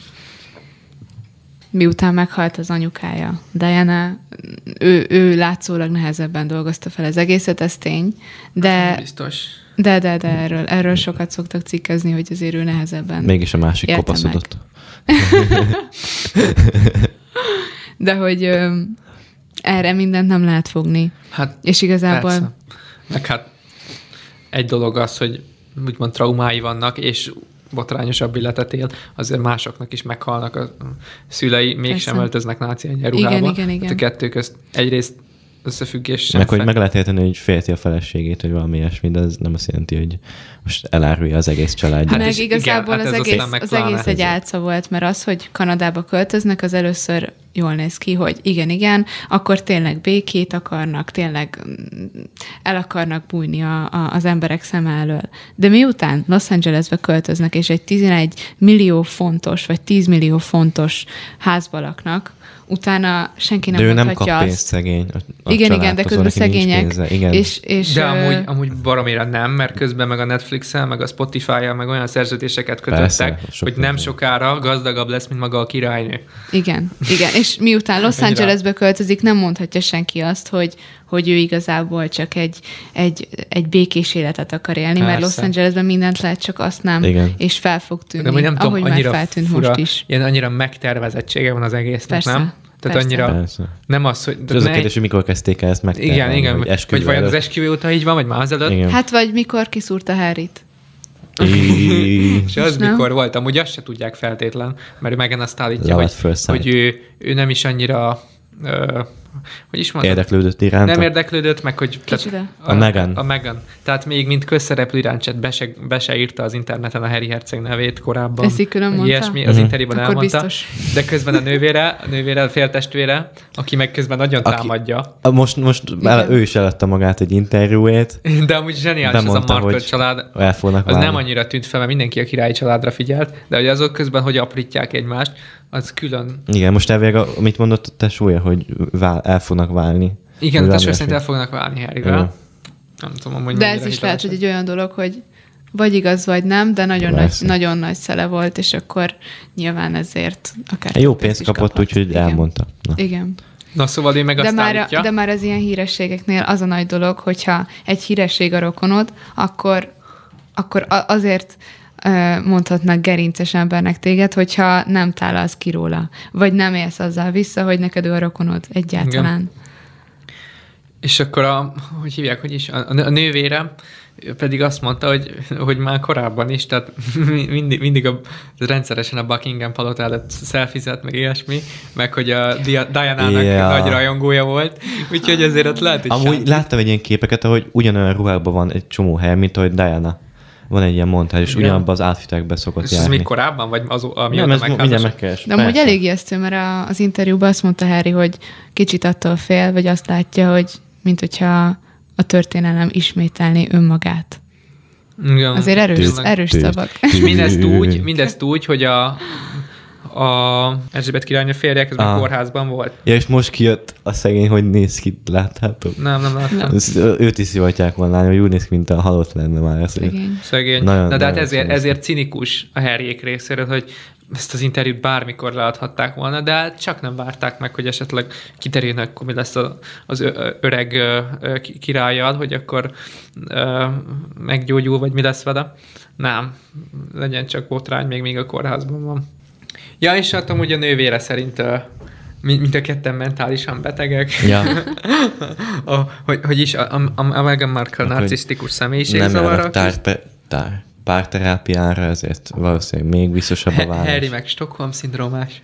S3: miután meghalt az anyukája, Diana, ő, ő látszólag nehezebben dolgozta fel az egészet, ez tény, de,
S2: biztos.
S3: de, de, de erről, erről sokat szoktak cikkezni, hogy azért ő nehezebben
S1: mégis a másik kopaszodott.
S3: De hogy ö, erre mindent nem lehet fogni.
S2: Hát,
S3: és igazából...
S2: persze. Meg hát egy dolog az, hogy úgymond traumái vannak, és botrányosabb életet él, azért másoknak is meghalnak a szülei, mégsem öltöznek náci egyenruhába.
S3: Igen, igen, igen.
S2: A kettő közt egyrészt összefüggés sem.
S1: Meg, hogy meg lehet érteni, hogy félti a feleségét, hogy valami ilyesmi, de ez nem azt jelenti, hogy most elárulja az egész családját.
S3: Hát meg
S2: és
S3: igazából
S2: igen,
S3: az,
S2: hát
S3: egész,
S2: az,
S3: az egész egy álca volt, mert az, hogy Kanadába költöznek, az először jól néz ki, hogy igen, igen, akkor tényleg békét akarnak, tényleg el akarnak bújni a, a, az emberek szem elől. De miután Los Angelesbe költöznek, és egy tizenegy millió fontos, vagy tíz millió fontos házba laknak, utána senki nem
S1: de ő nem
S3: mondhatja
S1: kap
S3: azt.
S1: pénzt, szegény. A, a
S3: igen, igen, de közben szegények.
S1: Igen.
S3: És, és,
S2: de amúgy, amúgy baromira nem, mert közben meg a Netflix-el, meg a Spotify-el, meg olyan szerződéseket kötöttek, persze, hogy nem sokára gazdagabb lesz, mint maga a királynő.
S3: Igen, igen. És miután Los Angelesbe költözik, nem mondhatja senki azt, hogy, hogy ő igazából csak egy, egy, egy békés életet akar élni, persze. Mert Los Angelesben mindent lehet, csak azt nem, igen. És fel fog tűnni, de nem ahogy tudom, már feltűnt fura, most is.
S2: Ilyen annyira megtervezettsége van az egésznek,
S3: persze.
S2: Nem? Tehát
S3: persze.
S2: annyira
S1: persze.
S2: Nem az, hogy...
S1: Az a kérdés, hogy mikor kezdték el ezt megtervezni.
S2: Igen, igen. Vagy, vagy vajon az esküvő óta így van, vagy már az előtt?
S1: Igen.
S3: Hát vagy mikor kiszúrta Harryt.
S2: És az nem? Mikor volt? Amúgy azt se tudják feltétlen, mert Meghan azt állítja, hogy, hogy ő, ő nem is annyira... Ö, hogy is mondom?
S1: Érdeklődött iránta?
S2: Nem érdeklődött, meg hogy...
S3: Kicsoda?
S2: A,
S1: a Meghan.
S2: A Meghan. Tehát még mint közszereplő iránt be se, be se írta az interneten a Harry herceg nevét korábban.
S3: Ezt így külön mondta?
S2: Ilyesmi, az
S1: uh-huh.
S2: interjúban
S3: akkor
S2: elmondta.
S3: Biztos.
S2: De közben a nővére, a nővére, a féltestvére, aki meg közben nagyon aki, támadja.
S1: Most, most el, ő is eladta magát egy interjúért.
S2: De amúgy zseniális az a Markle család. Az válni. Nem annyira tűnt fel, mert mindenki a királyi családra figyelt, de hogy azok közben, hogy aprítják egymást, az külön.
S1: Igen, most elvég, amit mondott a tesója, hogy vál, el fognak válni.
S2: Igen, a tesója szerint el fognak válni Harryvel. Nem tudom, hogy
S3: de ez is lehet, hogy egy olyan dolog, hogy vagy igaz, vagy nem, de nagyon, nagy, nagyon nagy szele volt, és akkor nyilván ezért akár...
S1: Jó pénzt kapott, úgyhogy elmondta.
S3: Na. Igen.
S2: Na szóval ő meg
S3: de
S2: azt
S3: már,
S2: állítja.
S3: De már az ilyen hírességeknél az a nagy dolog, hogyha egy híresség a rokonod, akkor, akkor azért mondhatnak gerinces embernek téged, hogyha nem tálalsz ki róla, vagy nem élsz azzal vissza, hogy neked ő a rokonod egyáltalán. Igen.
S2: És akkor a, hogy hívják, hogy is, a, a nővére pedig azt mondta, hogy, hogy már korábban is, tehát mindig, mindig a, rendszeresen a Buckingham palota előtt szelfizett, meg ilyesmi, meg hogy a Diana-nak yeah. nagy rajongója volt, úgyhogy azért ott lehet, hogy
S1: amúgy
S2: sem.
S1: Láttam egy ilyen képeket, ahogy ugyanolyan ruhákban van egy csomó hely, mint ahogy Diana. Van egy ilyen mondáj, és ugyanabban az outfitekben szokott járni.
S2: És ez még korábban, vagy az, amiatt
S1: a megházasság?
S3: De amúgy elég ijesztő, mert az interjúban azt mondta Harry, hogy kicsit attól fél, vagy azt látja, hogy mint hogyha a történelem ismételné önmagát.
S2: Igen.
S3: Azért erős, erős szavak.
S2: És mindezt úgy, mindezt úgy, hogy a, a Erzsébet királynő férje közben ah. kórházban volt.
S1: Ja, és most kijött a szegény, hogy néz ki, láttátok?
S2: Nem, nem láttam.
S1: Őt is szivatják volna, hogy úgy néz ki, mint a halott lenne már.
S3: Szegény.
S2: Szegény. Nagyon, Na de hát ezért, ezért cinikus a Harryék részéről, hogy ezt az interjút bármikor leadhatták volna, de csak nem várták meg, hogy esetleg kiterjedne, akkor mi lesz az öreg királlyal, hogy akkor meggyógyul, vagy mi lesz vele. Nem, legyen csak botrány, még még a kórházban van. Ja, és hát amúgy a nővére szerint mint a ketten mentálisan betegek.
S1: Ja.
S2: a, hogy, hogy is a, a, a Meghan Markle narcisztikus személyiségzavarra.
S1: Nem tár párterápiára, ezért valószínűleg még biztosabb a válás.
S2: Harry meg Stockholm-szindrómás.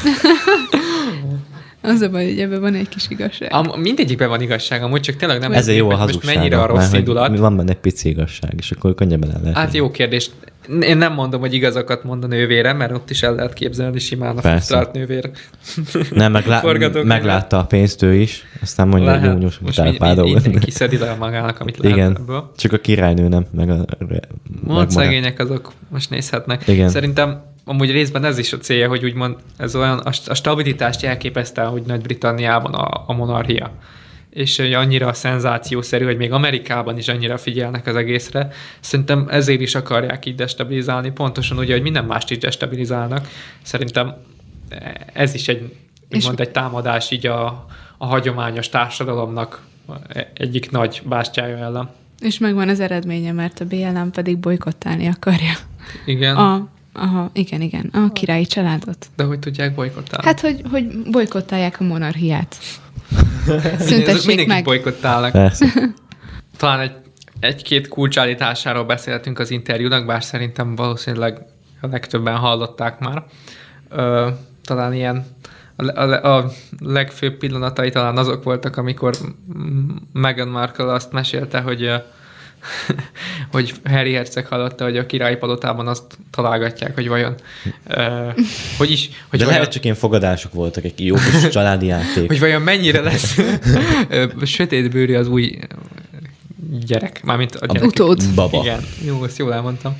S3: Az a baj, hogy ebben van egy kis igazság.
S2: A, mindegyikben van igazság, amúgy csak tényleg nem...
S1: Ez egy jó a
S2: most mennyire a rossz indulat.
S1: Van benne egy pici igazság, és akkor könnyebben el lehet.
S2: Hát jó kérdés. Én nem mondom, hogy igazakat mond a nővére, mert ott is el lehet képzelni simán a frusztrált nővér.
S1: Nem, meglá- meglátta a pénzt ő is, aztán mondja, hogy jó,
S2: most mindenki szedi le magának, amit lehet
S1: igen,
S2: ebből.
S1: Csak a királynő nem, meg a...
S2: Mond szegények azok most nézhetnek.
S1: Igen.
S2: Szerintem amúgy részben ez is a célja, hogy úgymond ez olyan, a stabilitást jelképezte, hogy Nagy-Britanniában a, a monarchia. És annyira szenzációszerű, hogy még Amerikában is annyira figyelnek az egészre. Szerintem ezért is akarják így destabilizálni, pontosan úgy, hogy minden mást is destabilizálnak. Szerintem ez is egy, úgymond egy támadás így a, a hagyományos társadalomnak egyik nagy bástyája ellen.
S3: És megvan az eredménye, mert a bé el em pedig bolykottálni akarja.
S2: Igen.
S3: A, aha, igen, igen, a királyi családot.
S2: De hogy tudják bolykottálni?
S3: Hát, hogy, hogy bolykottálják a monarchiát. Szüntessék
S2: mindenki
S3: meg.
S2: bolykottálnak. Talán egy egy-két kulcsállításáról beszéltünk az interjúnak, bár szerintem valószínűleg a legtöbben hallották már. Ö, talán ilyen a, a, a legfőbb pillanatai talán azok voltak, amikor Meghan Markle azt mesélte, hogy hogy Harry herceg hallotta, hogy a királyi palotában azt találgatják, hogy vajon uh, hogy is... Hogy
S1: de
S2: vajon,
S1: lehet csak ilyen fogadások voltak, egy jó kis családi játék.
S2: Hogy vajon mennyire lesz sötétbőrű az új gyerek. Mármint a gyerek.
S3: Utód.
S1: Baba.
S2: Igen, jó, ezt jól elmondtam.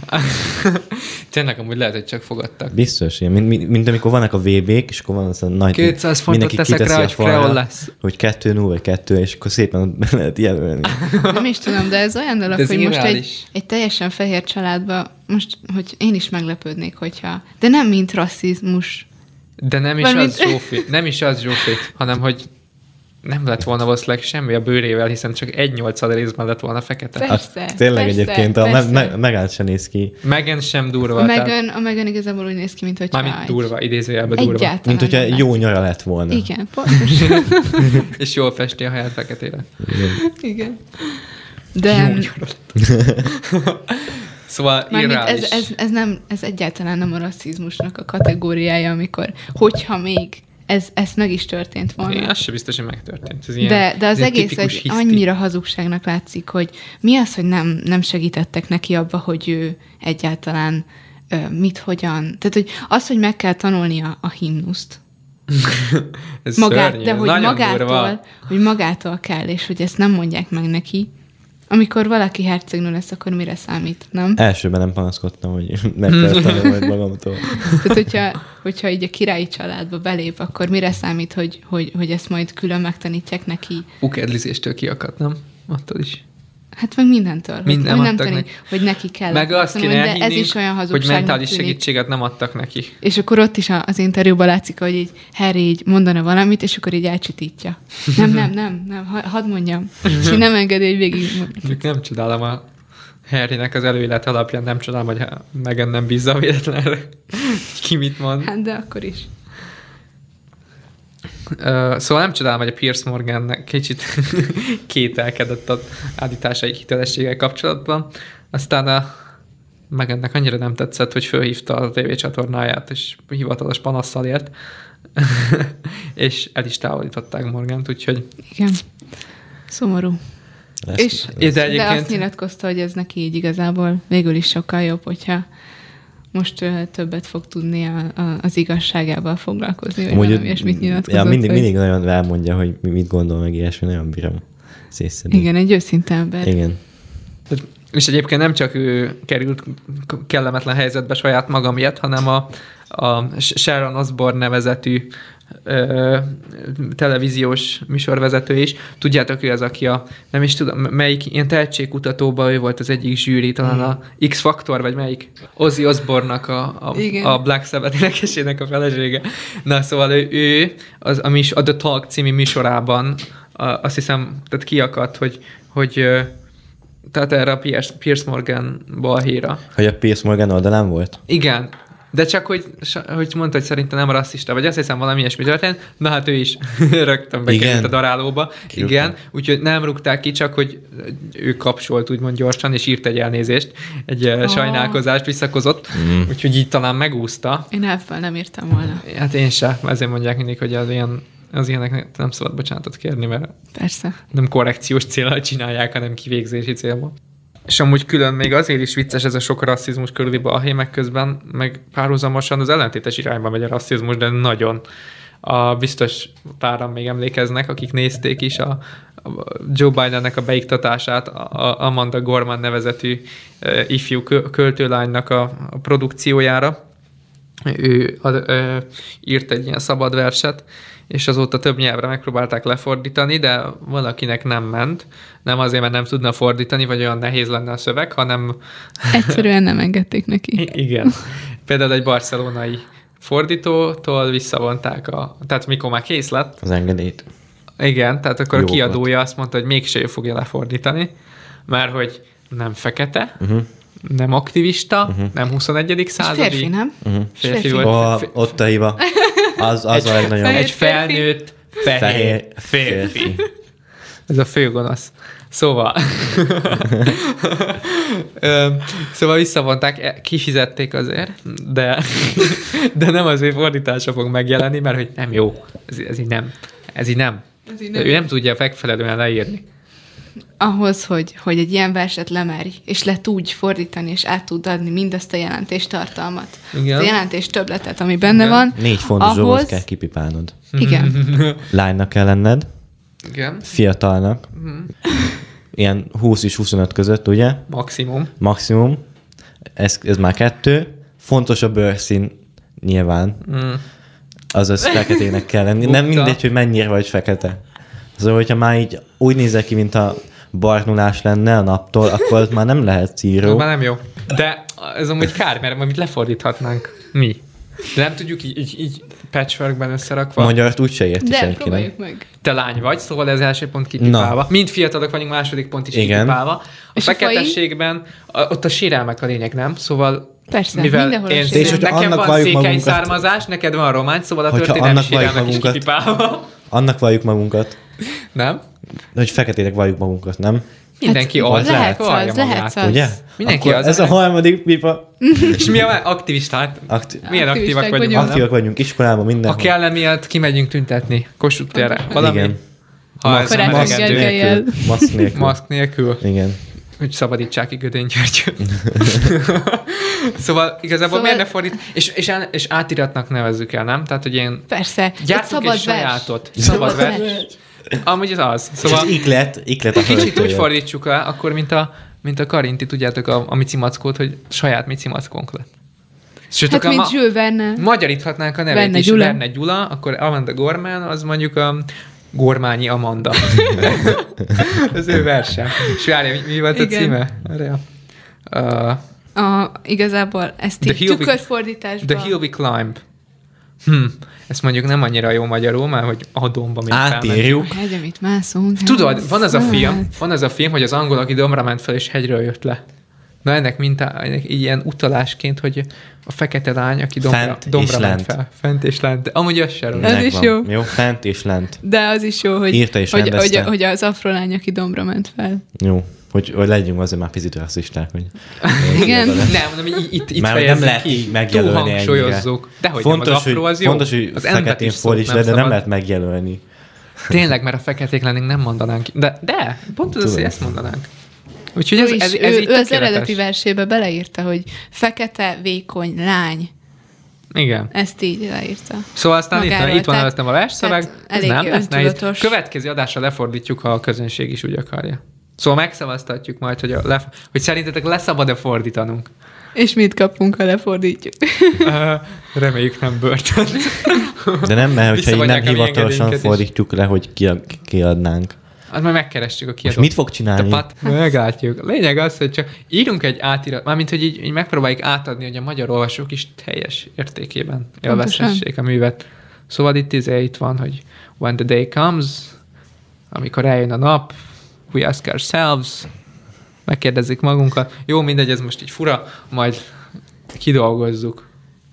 S2: Tényleg amúgy lehet, hogy csak fogadtak.
S1: Biztos, ilyen, mint, mint, mint amikor vannak a vé bék, és akkor van az a nagy...
S2: kétszáz fontot teszek rá, hogy kreol lesz.
S1: Hogy kettő null vagy kettő, és akkor szépen be lehet jelölni.
S3: Nem is tudom, de ez olyan dolog,
S2: ez
S3: hogy most egy,
S2: is.
S3: egy teljesen fehér családba, most, hogy én is meglepődnék, hogyha... De nem mint rasszizmus.
S2: De nem is
S3: Valamint...
S2: az Zsófi, nem is az Zsófi, hanem hogy nem lett volna valószínűleg semmi a bőrével, hiszen csak egy nyolcad részben lett volna fekete.
S3: Persze,
S1: hát, tényleg
S3: persze,
S1: egyébként a
S3: persze.
S1: me- me- Megán sem néz ki.
S2: Megán sem durva.
S3: A Meghan,
S2: tehát...
S3: a Meghan igazából úgy néz ki, mint hogyha...
S2: Mármint durva, idézőjelben durva.
S3: Egyáltalán.
S1: Mint hogyha
S3: nem
S1: jó
S3: látszik.
S1: nyara lett volna.
S3: Igen, pontosan.
S2: És jól festi a haját feketére.
S3: Igen. De...
S2: Jó nyara lett. Szóval irreális.
S3: Ez, ez, ez, nem, ez egyáltalán nem a rasszizmusnak a kategóriája, amikor, hogyha még ez, ez meg is történt volna.
S2: Én az sem biztos, hogy megtörtént. Ez ilyen,
S3: de, de az
S2: ez
S3: egész egy annyira hazugságnak látszik, hogy mi az, hogy nem, nem segítettek neki abba, hogy ő egyáltalán ö, mit, hogyan. Tehát, hogy az, hogy meg kell tanulnia a himnuszt.
S2: ez
S3: Magát,
S2: szörnyű,
S3: de hogy magától,
S2: durva.
S3: hogy magától kell, és hogy ezt nem mondják meg neki. Amikor valaki hercegnő lesz, akkor mire számít, nem?
S1: Elsőben nem panaszkodtam, hogy meg kell tanulni magamtól.
S3: Tehát, hogyha, hogyha így a királyi családba belép, akkor mire számít, hogy, hogy, hogy ezt majd külön megtanítják neki?
S2: Ukedlizéstől kiakadt, nem? Attól is.
S3: Hát meg mindentől.
S2: Minden
S3: hogy, hogy nem
S2: adtak
S3: tanít,
S2: neki.
S3: hogy neki kell.
S2: Meg azt kéne
S3: de ez is olyan
S2: hogy
S3: hazugságnak
S2: mentális
S3: tűnik.
S2: segítséget nem adtak neki.
S3: És akkor ott is az interjúban látszik, hogy így Harry így mondana valamit, és akkor így elcsitítja. Nem, nem, nem, nem, hadd mondjam. És így nem engedi, hogy végig...
S2: Még nem csodálom a Harrynek az előélet alapján, nem csodálom, hogy Meghan nem bízza véletlenre. Ki mit mond.
S3: Hát de akkor is.
S2: Uh, szóval nem csodálom, hogy a Piers Morgan kicsit kételkedett az állításai hitelességgel kapcsolatban. Aztán a Meghannek annyira nem tetszett, hogy fölhívta a tévécsatornáját, és hivatalos panasszal élt, és el is távolították Morgant, úgyhogy...
S3: Igen. Szomorú.
S1: Lesz,
S3: és,
S1: lesz.
S2: De,
S3: de azt nyilatkozta, hogy ez neki így igazából végül is sokkal jobb, hogyha most uh, többet fog tudni a, a, az igazságával foglalkozni, vagy
S1: Amúgy,
S3: valami ilyesmit nyilatkozott.
S1: Ja, mindig,
S3: hogy...
S1: mindig nagyon elmondja, hogy mit gondol meg ilyesmi, nagyon bírom szétszedni.
S3: Igen, egy őszinte ember.
S1: Igen.
S2: És egyébként nem csak ő került kellemetlen helyzetbe saját maga miatt, hanem a, a Sharon Osbourne nevezetű ö, televíziós műsorvezető is. Tudjátok, ő az, aki a, nem is tudom, melyik ilyen tehetségkutatóban ő volt az egyik zsűri, talán a X-Faktor, vagy melyik Ozzy Osbourne-nak a, a, a Black Sabbath énekesének a felesége. Na, szóval ő, ő az, a, mis, a The Talk című műsorában a, azt hiszem, tehát kiakadt, hogy, hogy tehát erre a Piers, Piers Morgan balhéra.
S1: Hogy a Piers Morgan oldalán volt?
S2: Igen, de csak, hogy, hogy mondta, hogy szerintem nem rasszista, vagy azt hiszem valami ilyesmi történt, na hát ő is rögtön bekerült a darálóba.
S1: Kirúgtam.
S2: Igen, úgyhogy nem rúgták ki, csak hogy ő kapcsolt úgymond gyorsan, és írt egy elnézést, egy oh. sajnálkozást visszakozott, mm. úgyhogy így talán megúszta.
S3: Én elfel nem írtam volna.
S2: Hát én sem, ezért mondják mindig, hogy az ilyen az ilyenek nem szabad bocsánatot kérni, mert
S3: Persze.
S2: nem korrekciós céllal csinálják, hanem kivégzési célból. És amúgy külön még azért is vicces ez a sok rasszizmus körüli balhé, meg közben, meg párhuzamosan az ellentétes irányba megy a rasszizmus, de nagyon. A biztos páran még emlékeznek, akik nézték is a, a Joe Bidennek a beiktatását, a Amanda Gorman nevezetű uh, ifjú költőlánynak a, a produkciójára. Ő ad, ö, írt egy ilyen szabad verset, és azóta több nyelvre megpróbálták lefordítani, de valakinek nem ment. Nem azért, mert nem tudna fordítani, vagy olyan nehéz lenne a szöveg, hanem...
S3: Egyszerűen nem engedték neki.
S2: Igen. Például egy barcelonai fordítótól visszavonták a... Tehát mikor már kész lett...
S1: Az engedélyt.
S2: Igen, tehát akkor
S1: Jó
S2: a kiadója
S1: volt.
S2: azt mondta, hogy mégse ő fogja lefordítani, mert hogy nem fekete,
S1: Uh-huh.
S2: nem aktivista,
S1: Uh-huh.
S2: nem huszonegyedik
S3: És
S2: századi.
S3: férfi, nem?
S1: Uh-huh.
S2: Férfi
S3: Férfi.
S2: volt.
S1: Oh, ott a hiba. Az, az
S2: Egy-
S1: a legnagyobb.
S3: Fehér
S2: Egy felnőtt, fehér,
S1: Fehér
S2: férfi.
S1: férfi.
S2: Ez a fő gonosz. Szóval. Ö, szóval visszavonták, kifizették azért, de, de nem az ő fordítása fog megjelenni, mert hogy nem jó. Ez, ez így nem. Ez így nem. Ez így nem. Ő nem tudja megfelelően leírni.
S3: Ahhoz, hogy, hogy egy ilyen verset lemerj, és le tudj fordítani, és át tud adni mindazt a jelentés tartalmat. Igen. A jelentés többletet, ami benne igen. van.
S1: Négy fontos ahhoz... dolgot kell kipipálnod.
S3: Igen.
S1: Lánynak kell lenned.
S2: Igen.
S1: Fiatalnak. Mm. Ilyen húsz és huszonöt között, ugye?
S2: Maximum.
S1: Maximum. Ez, ez már kettő. Fontos a bőrszín nyilván. Mm. Azaz feketének kell lenni. Nem mindegy, hogy mennyire vagy fekete. Szóval, hogyha már így úgy nézek ki, mint a barnulás lenne a naptól, akkor az már nem lehet szíró.
S2: Az már nem jó. De ez amúgy kár, mert amit lefordíthatnánk mi. De nem tudjuk így, így, így patchworkben összerakva.
S1: Magyart úgyse érti
S3: de
S1: senki.
S3: próbáljuk meg.
S2: Te lány vagy, szóval ez első pont kipipálva. No. Mind fiatalok vagyunk, második pont is
S1: igen.
S2: kipipálva. A és feketességben a, ott a sérelmek a lényeg, nem? Szóval
S3: persze,
S2: mivel én
S3: és
S2: nekem van székely származás, neked van romány, szóval a történelmi sérelmek is kipipálva.
S1: Annak valljuk magunkat.
S2: Nem?
S1: Hogy feketének valljuk magunkat, nem?
S2: Mindenki
S3: hát,
S2: az
S3: lehet, az, lehet az.
S1: Ugye?
S2: Mindenki
S1: akkor
S2: az.
S1: Ez a harmadik pipa.
S2: És mi a aktivistát?
S1: Akti-
S2: Milyen aktívak vagyunk?
S1: vagyunk? Aktívak vagyunk iskolában, mindenhol.
S2: Ha kellene miatt kimegyünk tüntetni. Kossuth térre. Valami?
S1: Igen.
S2: Ha
S1: maszk,
S2: ez
S1: maszk nélkül. Maszk nélkül.
S2: Maszk nélkül.
S1: Igen.
S2: Hogy szabadítsák ki Gödény Györgyöt. Szóval igazából szóval... miért ne fordít? És, és, és átiratnak nevezzük el, nem? Tehát, hogy én...
S3: Persze.
S2: Gyártunk egy sajátot. Szabad vers. Amúgy az az. Szóval...
S1: És iklet, iklet a
S2: kicsit úgy fordítsuk el, akkor, mint a, mint a Karinti, tudjátok, a, a Mici Mackót, hogy saját Mici Mackónk lett.
S3: Sőt, hát, mint ma- Jules Verne.
S2: Magyaríthatnánk a nevét
S3: Verne
S2: is.
S3: Gyula.
S2: Verne Gyula, akkor Amanda Gorman, az mondjuk a Gormányi Amanda. Az ő verse. És várja, mi, mi volt igen. a címe? Uh,
S3: a, igazából ezt így tükörfordításban.
S2: The Hill We Climb. Hm. Ezt mondjuk nem annyira jó magyarul, mert hogy a domba még
S1: átírjuk.
S3: Hegy, amit mászunk.
S2: Tudod, van az a film, van az a film, hogy az angol, aki dombra ment fel, és hegyről jött le. Na ennek mintá, ennek ilyen utalásként, hogy a fekete lány, aki dombra, dombra ment fel. Fent és lent. De amúgy az sem
S3: Ez is jó.
S1: Jó, fent és lent.
S3: De az is jó, hogy,
S1: írta és
S3: hogy, hogy, hogy az afrolány, aki dombra ment fel.
S1: Jó. Hogy, hogy legyünk azért már picit rasszisták. Hogy
S3: igen.
S2: Nem, nem, itt, itt
S1: már nem lehet így megjelölni ennyire.
S2: De hogy fontos, nem, az afro az jó.
S1: Fontos, hogy az feketén fordíts le, de nem lehet megjelölni.
S2: Tényleg, mert a feketék lennénk, nem mondanánk. De, de pont az az, hogy ezt mondanánk. Úgyhogy ez, ez, ez
S3: ő,
S2: így
S3: ő az eredeti versébe beleírta, hogy fekete, vékony, lány.
S2: Igen.
S3: Ezt így leírta.
S2: Szóval aztán itt, itt van előttem a versszöveg.
S3: Elég nem lesz nehéz.
S2: Következő adásra lefordítjuk, ha a közönség is úgy akarja. Szóval megszavaztatjuk majd, hogy, a lef- hogy szerintetek leszabad-e fordítanunk.
S3: És mit kapunk, ha lefordítjuk?
S2: Uh, reméljük nem börtön.
S1: De nem, mert hogyha így nem hivatalosan fordítjuk le, hogy kiadnánk.
S2: Hát majd megkerestjük a kiadót.
S1: És mit fog csinálni?
S2: Pat, meglátjuk. Lényeg az, hogy csak írunk egy átirat, mármint, hogy így, így megpróbáljuk átadni, hogy a magyar olvasók is teljes értékében élvezhessék a művet. Szóval itt, izé, itt van, hogy when the day comes, amikor eljön a nap, we ask ourselves, megkérdezzük magunkat. Jó, mindegy, ez most így fura, majd kidolgozzuk.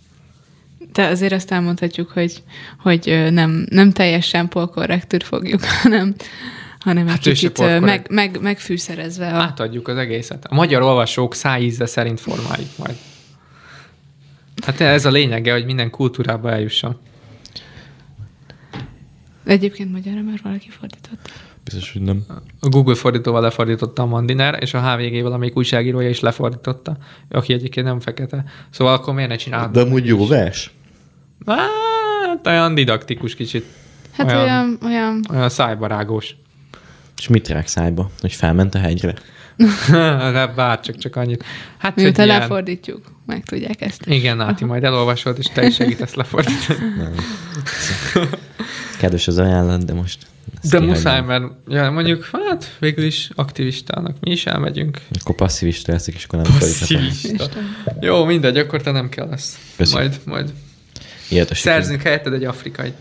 S3: De azért azt elmondhatjuk, hogy, hogy nem, nem teljesen polkorrektűr fogjuk, hanem, hanem hát egy kicsit meg, meg, megfűszerezve. A...
S2: Átadjuk az egészet. A magyar olvasók szájíze szerint formáljuk majd. Hát ez a lényege, hogy minden kultúrába eljusson.
S3: Egyébként magyarra már valaki fordított.
S1: Biztos, hogy nem.
S2: A Google fordítóval lefordította a Mandiner, és a há vé gé-vel, amelyik újságírója is lefordította, aki egyébként nem fekete. Szóval akkor miért ne csinálod?
S1: De amúgy jó vers.
S2: Hát olyan didaktikus kicsit.
S3: Hát olyan... Olyan, olyan...
S2: olyan szájbarágós.
S1: És mit rák szájba? Hogy felment a hegyre?
S2: De bár csak, csak annyit. Hát,
S3: miután ilyen... lefordítjuk, meg tudják ezt.
S2: Igen, Náti, majd elolvasod, és te is segítesz lefordítani.
S1: Kedves az ajánlat, de most...
S2: De muszáj, mert ja, mondjuk, hát végül is aktivistának mi is elmegyünk.
S1: Akkor passzivista leszik, és akkor nem
S2: passzivista. Jó, mindegy, akkor te nem kell lesz. Köszön. Majd, majd szerzünk helyetted egy afrikai.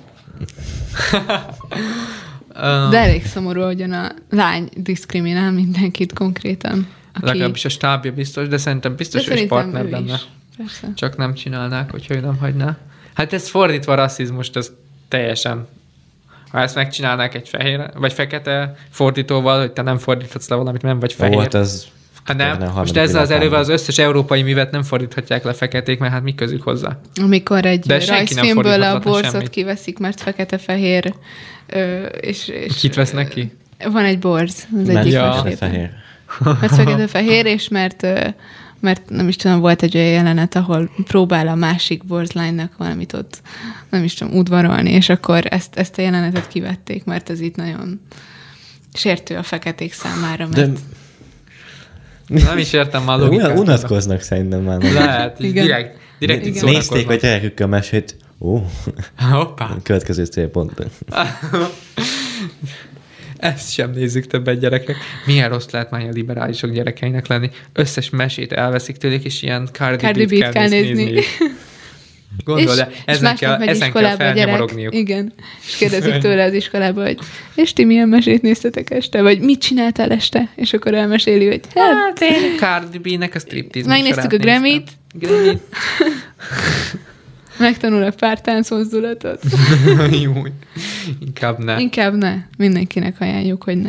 S3: De elég szomorú, hogyan a lány diszkriminál mindenkit konkrétan. Aki...
S2: Legalábbis a stábja biztos, de szerintem biztos, hogy partner lenne. Csak nem csinálnák, hogyha ő nem hagyná. Hát ez fordítva rasszizmust, ez teljesen Ha ezt megcsinálnák egy fehér, vagy fekete fordítóval, hogy te nem fordíthatsz le valamit, nem vagy fehér.
S1: Volt az...
S2: Hát nem, most ezzel az erővel az összes európai művet nem fordíthatják le feketék, mert hát mi közük hozzá.
S3: Amikor egy
S2: De
S3: rajzfilmből a borzot
S2: semmit.
S3: kiveszik, mert fekete-fehér, ö, és, és...
S2: Kit vesznek ki?
S3: Van egy borz az
S1: Mert
S3: egyik
S2: ja.
S3: mesében.
S1: fehér.
S3: Mert fekete-fehér, és mert, ö, mert nem is tudom, volt egy olyan jelenet, ahol próbál a másik borzlánynak valamit ott, nem is tudom, udvarolni, és akkor ezt, ezt a jelenetet kivették, mert ez itt nagyon sértő a feketék számára, mert...
S1: De...
S2: Nem is értem már a logikát.
S1: Unatkoznak szerintem már.
S2: Lehet,
S3: Igen.
S2: direkt, direkt itt
S1: Nézték a gyerekükkel mesét. Ó,
S2: Hoppá.
S1: következő célpont.
S2: Ezt sem nézzük többet, gyerekek. Milyen rossz lehet már a liberálisok gyerekeinek lenni. Összes mesét elveszik tőlük, és ilyen Cardi,
S3: Cardi
S2: B-t
S3: B-t kell nézni.
S2: nézni. Gondolj, de ezen kell, ezen kell felnyomorogniuk.
S3: Igen. És kérdezik tőle az iskolába, hogy és ti milyen mesét néztetek este? Vagy mit csináltál este? És akkor elmeséli, hogy hát...
S2: Hát én Cardi B-nek a striptease
S3: Megnéztük a Grammy-t.
S2: Grammy-t.
S3: Megtanulok pár táncmozdulatot.
S2: Jó, inkább ne.
S3: Inkább ne. Mindenkinek ajánljuk, hogy ne.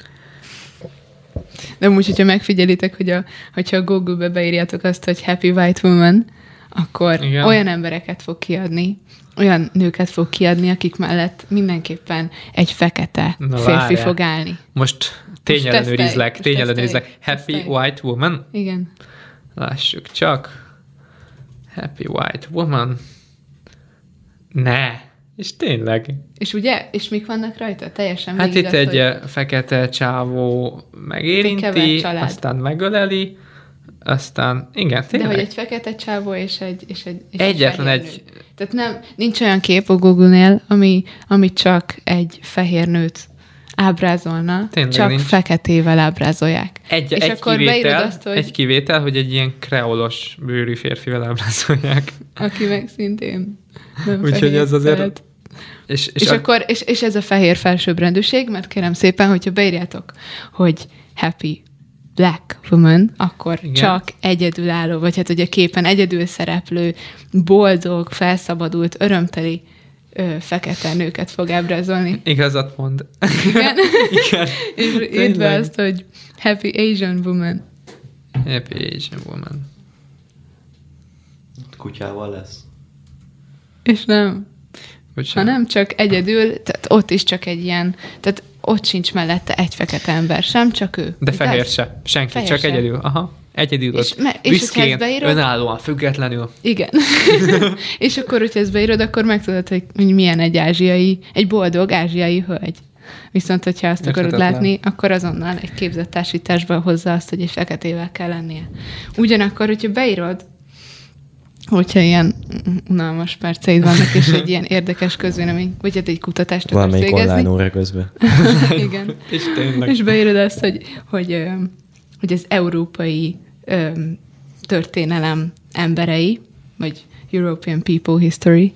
S3: De úgy, hogyha megfigyelitek, hogy a, hogyha a Google-be beírjátok azt, hogy Happy White Woman, akkor igen. olyan embereket fog kiadni, olyan nőket fog kiadni, akik mellett mindenképpen egy fekete
S2: Na,
S3: férfi
S2: várjál.
S3: fog állni.
S2: Most tényellenőrizlek,
S3: Most
S2: tényellenőrizlek. Happy
S3: teszteljük.
S2: White Woman?
S3: Igen.
S2: Lássuk csak. Happy White Woman. Ne. És tényleg.
S3: És ugye? És mik vannak rajta? Teljesen
S2: Hát
S3: végig
S2: itt
S3: az,
S2: egy
S3: hogy
S2: eh, fekete csávó megérinti,
S3: kevert család.
S2: aztán megöleli, aztán, igen,
S3: De
S2: tényleg.
S3: hogy egy fekete csávó és egy, és egy, és
S2: Egyetlen
S3: fehér
S2: egy-
S3: nő. Tehát nem, nincs olyan kép a Google-nél, ami, ami csak egy fehér nőt ábrázolna,
S2: Tényleg
S3: csak
S2: nincs.
S3: feketével ábrázolják.
S2: Egy,
S3: és
S2: egy,
S3: akkor beírod
S2: kivétel,
S3: azt, hogy
S2: egy kivétel, hogy egy ilyen kreolos bőrű férfivel ábrázolják.
S3: aki meg szintén nem
S2: Úgyhogy
S3: fehér,
S2: ez azért-
S3: tehát-
S2: És, és,
S3: És,
S2: a,
S3: akkor, és, és ez a fehér felsőbbrendűség, mert kérem szépen, hogyha beírjátok, hogy happy black woman, akkor
S2: Igen.
S3: igen. csak egyedülálló, vagy hát ugye képen egyedül szereplő, boldog, felszabadult, örömteli ö, fekete nőket fog ábrázolni.
S2: igazat mond.
S3: Igen.
S2: Igen.
S3: És írd be
S2: Tényleg.
S3: azt, hogy happy Asian woman.
S2: Happy Asian Woman.
S1: Kutyával lesz.
S3: És nem,
S2: Bocsánat.
S3: hanem csak egyedül, tehát ott is csak egy ilyen, tehát ott sincs mellette egy fekete ember, sem csak ő.
S2: De fehér
S3: Igaz?
S2: se. Senki,
S3: Fehér
S2: csak
S3: se.
S2: egyedül. Aha. Egyedül
S3: És
S2: ott.
S3: me- és hogyha
S2: Büszkén,
S3: ezt beírod-
S2: önállóan, függetlenül.
S3: Igen. És akkor, hogyha ezt beírod, akkor megtudod, hogy hogy milyen egy ázsiai, egy boldog ázsiai hölgy. Viszont, hogyha azt akarod
S2: Érthetetlen.
S3: látni, akkor azonnal egy képzett társításban hozza azt, hogy egy feketével kell lennie. Ugyanakkor, hogyha beírod, hogyha ilyen unalmas perceid vannak, és egy ilyen érdekes közvélemény, vagy hát egy kutatást akarsz
S1: Valamelyik
S3: végezni.
S1: online óra közben.
S3: Igen.
S2: És tényleg.
S3: És beírod azt, hogy, hogy, ö, hogy az európai ö, történelem emberei, vagy European People History.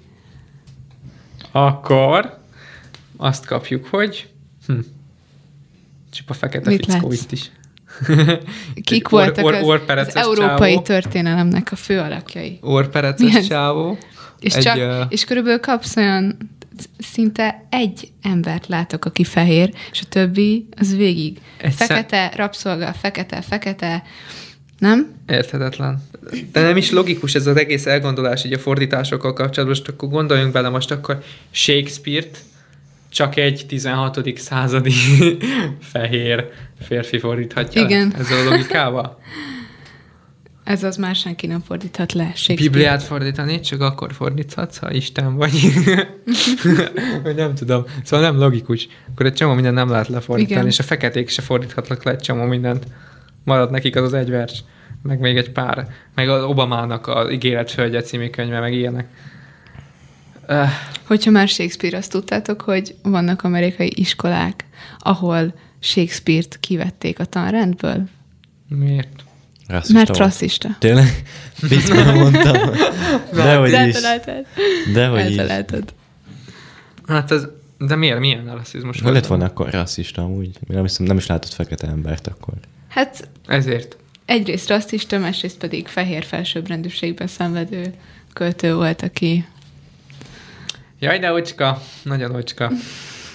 S2: Akkor azt kapjuk, hogy hm. Csupa fekete
S3: Mit
S2: fickó
S3: látsz?
S2: itt is.
S3: Kik
S2: Egy or-
S3: voltak
S2: or-
S3: az, az
S2: orpereces
S3: európai
S2: csávó.
S3: történelemnek a fő alakjai.
S2: Orpereces
S3: Milyen-
S2: csávó.
S3: És,
S2: Egy,
S3: csak,
S2: ö,
S3: és körülbelül kapsz olyan, szinte egy embert látok, aki fehér, és a többi az végig.
S2: Egy
S3: Fekete, rabszolga, fekete, fekete, nem?
S2: Érthetetlen. De nem is logikus ez az egész elgondolás így a fordításokkal kapcsolatban. Most akkor gondoljunk bele, most akkor Shakespeare-t csak egy tizenhatodik századi fehér férfi fordíthatja.
S3: Igen.
S2: Ezzel a logikával.
S3: Ez az már senki nem fordíthat le. Shakespeare.
S2: Bibliát fordítani, csak akkor fordíthatsz, ha Isten vagy. Vagy nem tudom. Szóval nem logikus. Akkor egy csomó mindent nem lehet lefordítani,
S3: Igen.
S2: és a feketék se fordíthatnak le egy csomó mindent. Marad nekik az az egy vers, meg még egy pár. Meg az Obamának az Ígéretföldje című könyve, meg ilyenek. Uh,
S3: Hogyha már Shakespeare, azt tudtátok, hogy vannak amerikai iskolák, ahol Shakespeare-t kivették a tanrendből?
S2: miért?
S1: Rasszista
S3: Mert
S1: volt.
S3: rasszista.
S1: Tényleg? Viccben mondtam. Dehogy is.
S3: Eltaláltad.
S1: Dehogy is.
S3: Eltaláltad.
S2: Hát ez, de miért? Milyen a rasszizmus?
S1: Hol lett volna akkor rasszista amúgy? Nem, hiszem, nem is látott fekete embert akkor.
S3: Hát
S2: Ezért.
S3: egyrészt rasszista, másrészt pedig fehér felsőbbrendűségben szenvedő költő volt, aki...
S2: Jaj, de ocska. Nagyon ocska.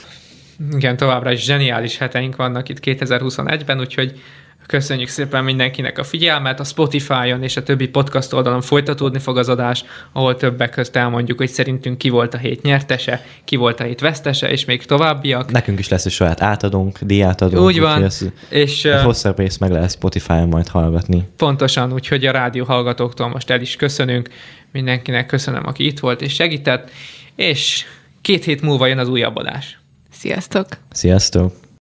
S2: Igen, továbbra is zseniális heteink vannak itt kétezer-huszonegyben, úgyhogy köszönjük szépen mindenkinek a figyelmet. A Spotify-on és a többi podcast oldalon folytatódni fog az adás, ahol többek közt elmondjuk, hogy szerintünk ki volt a hét nyertese, ki volt a hét vesztese, és még továbbiak.
S1: Nekünk is lesz egy saját átadónk, díjátadónk.
S2: Úgy van. És
S1: egy hosszabb rész meg lehet Spotify-on majd hallgatni.
S2: Pontosan, úgyhogy a rádió hallgatóktól most el is köszönünk. Mindenkinek köszönöm, aki itt volt és segített, és két hét múlva jön az újabb adás.
S3: Sziasztok!
S1: Sziasztok!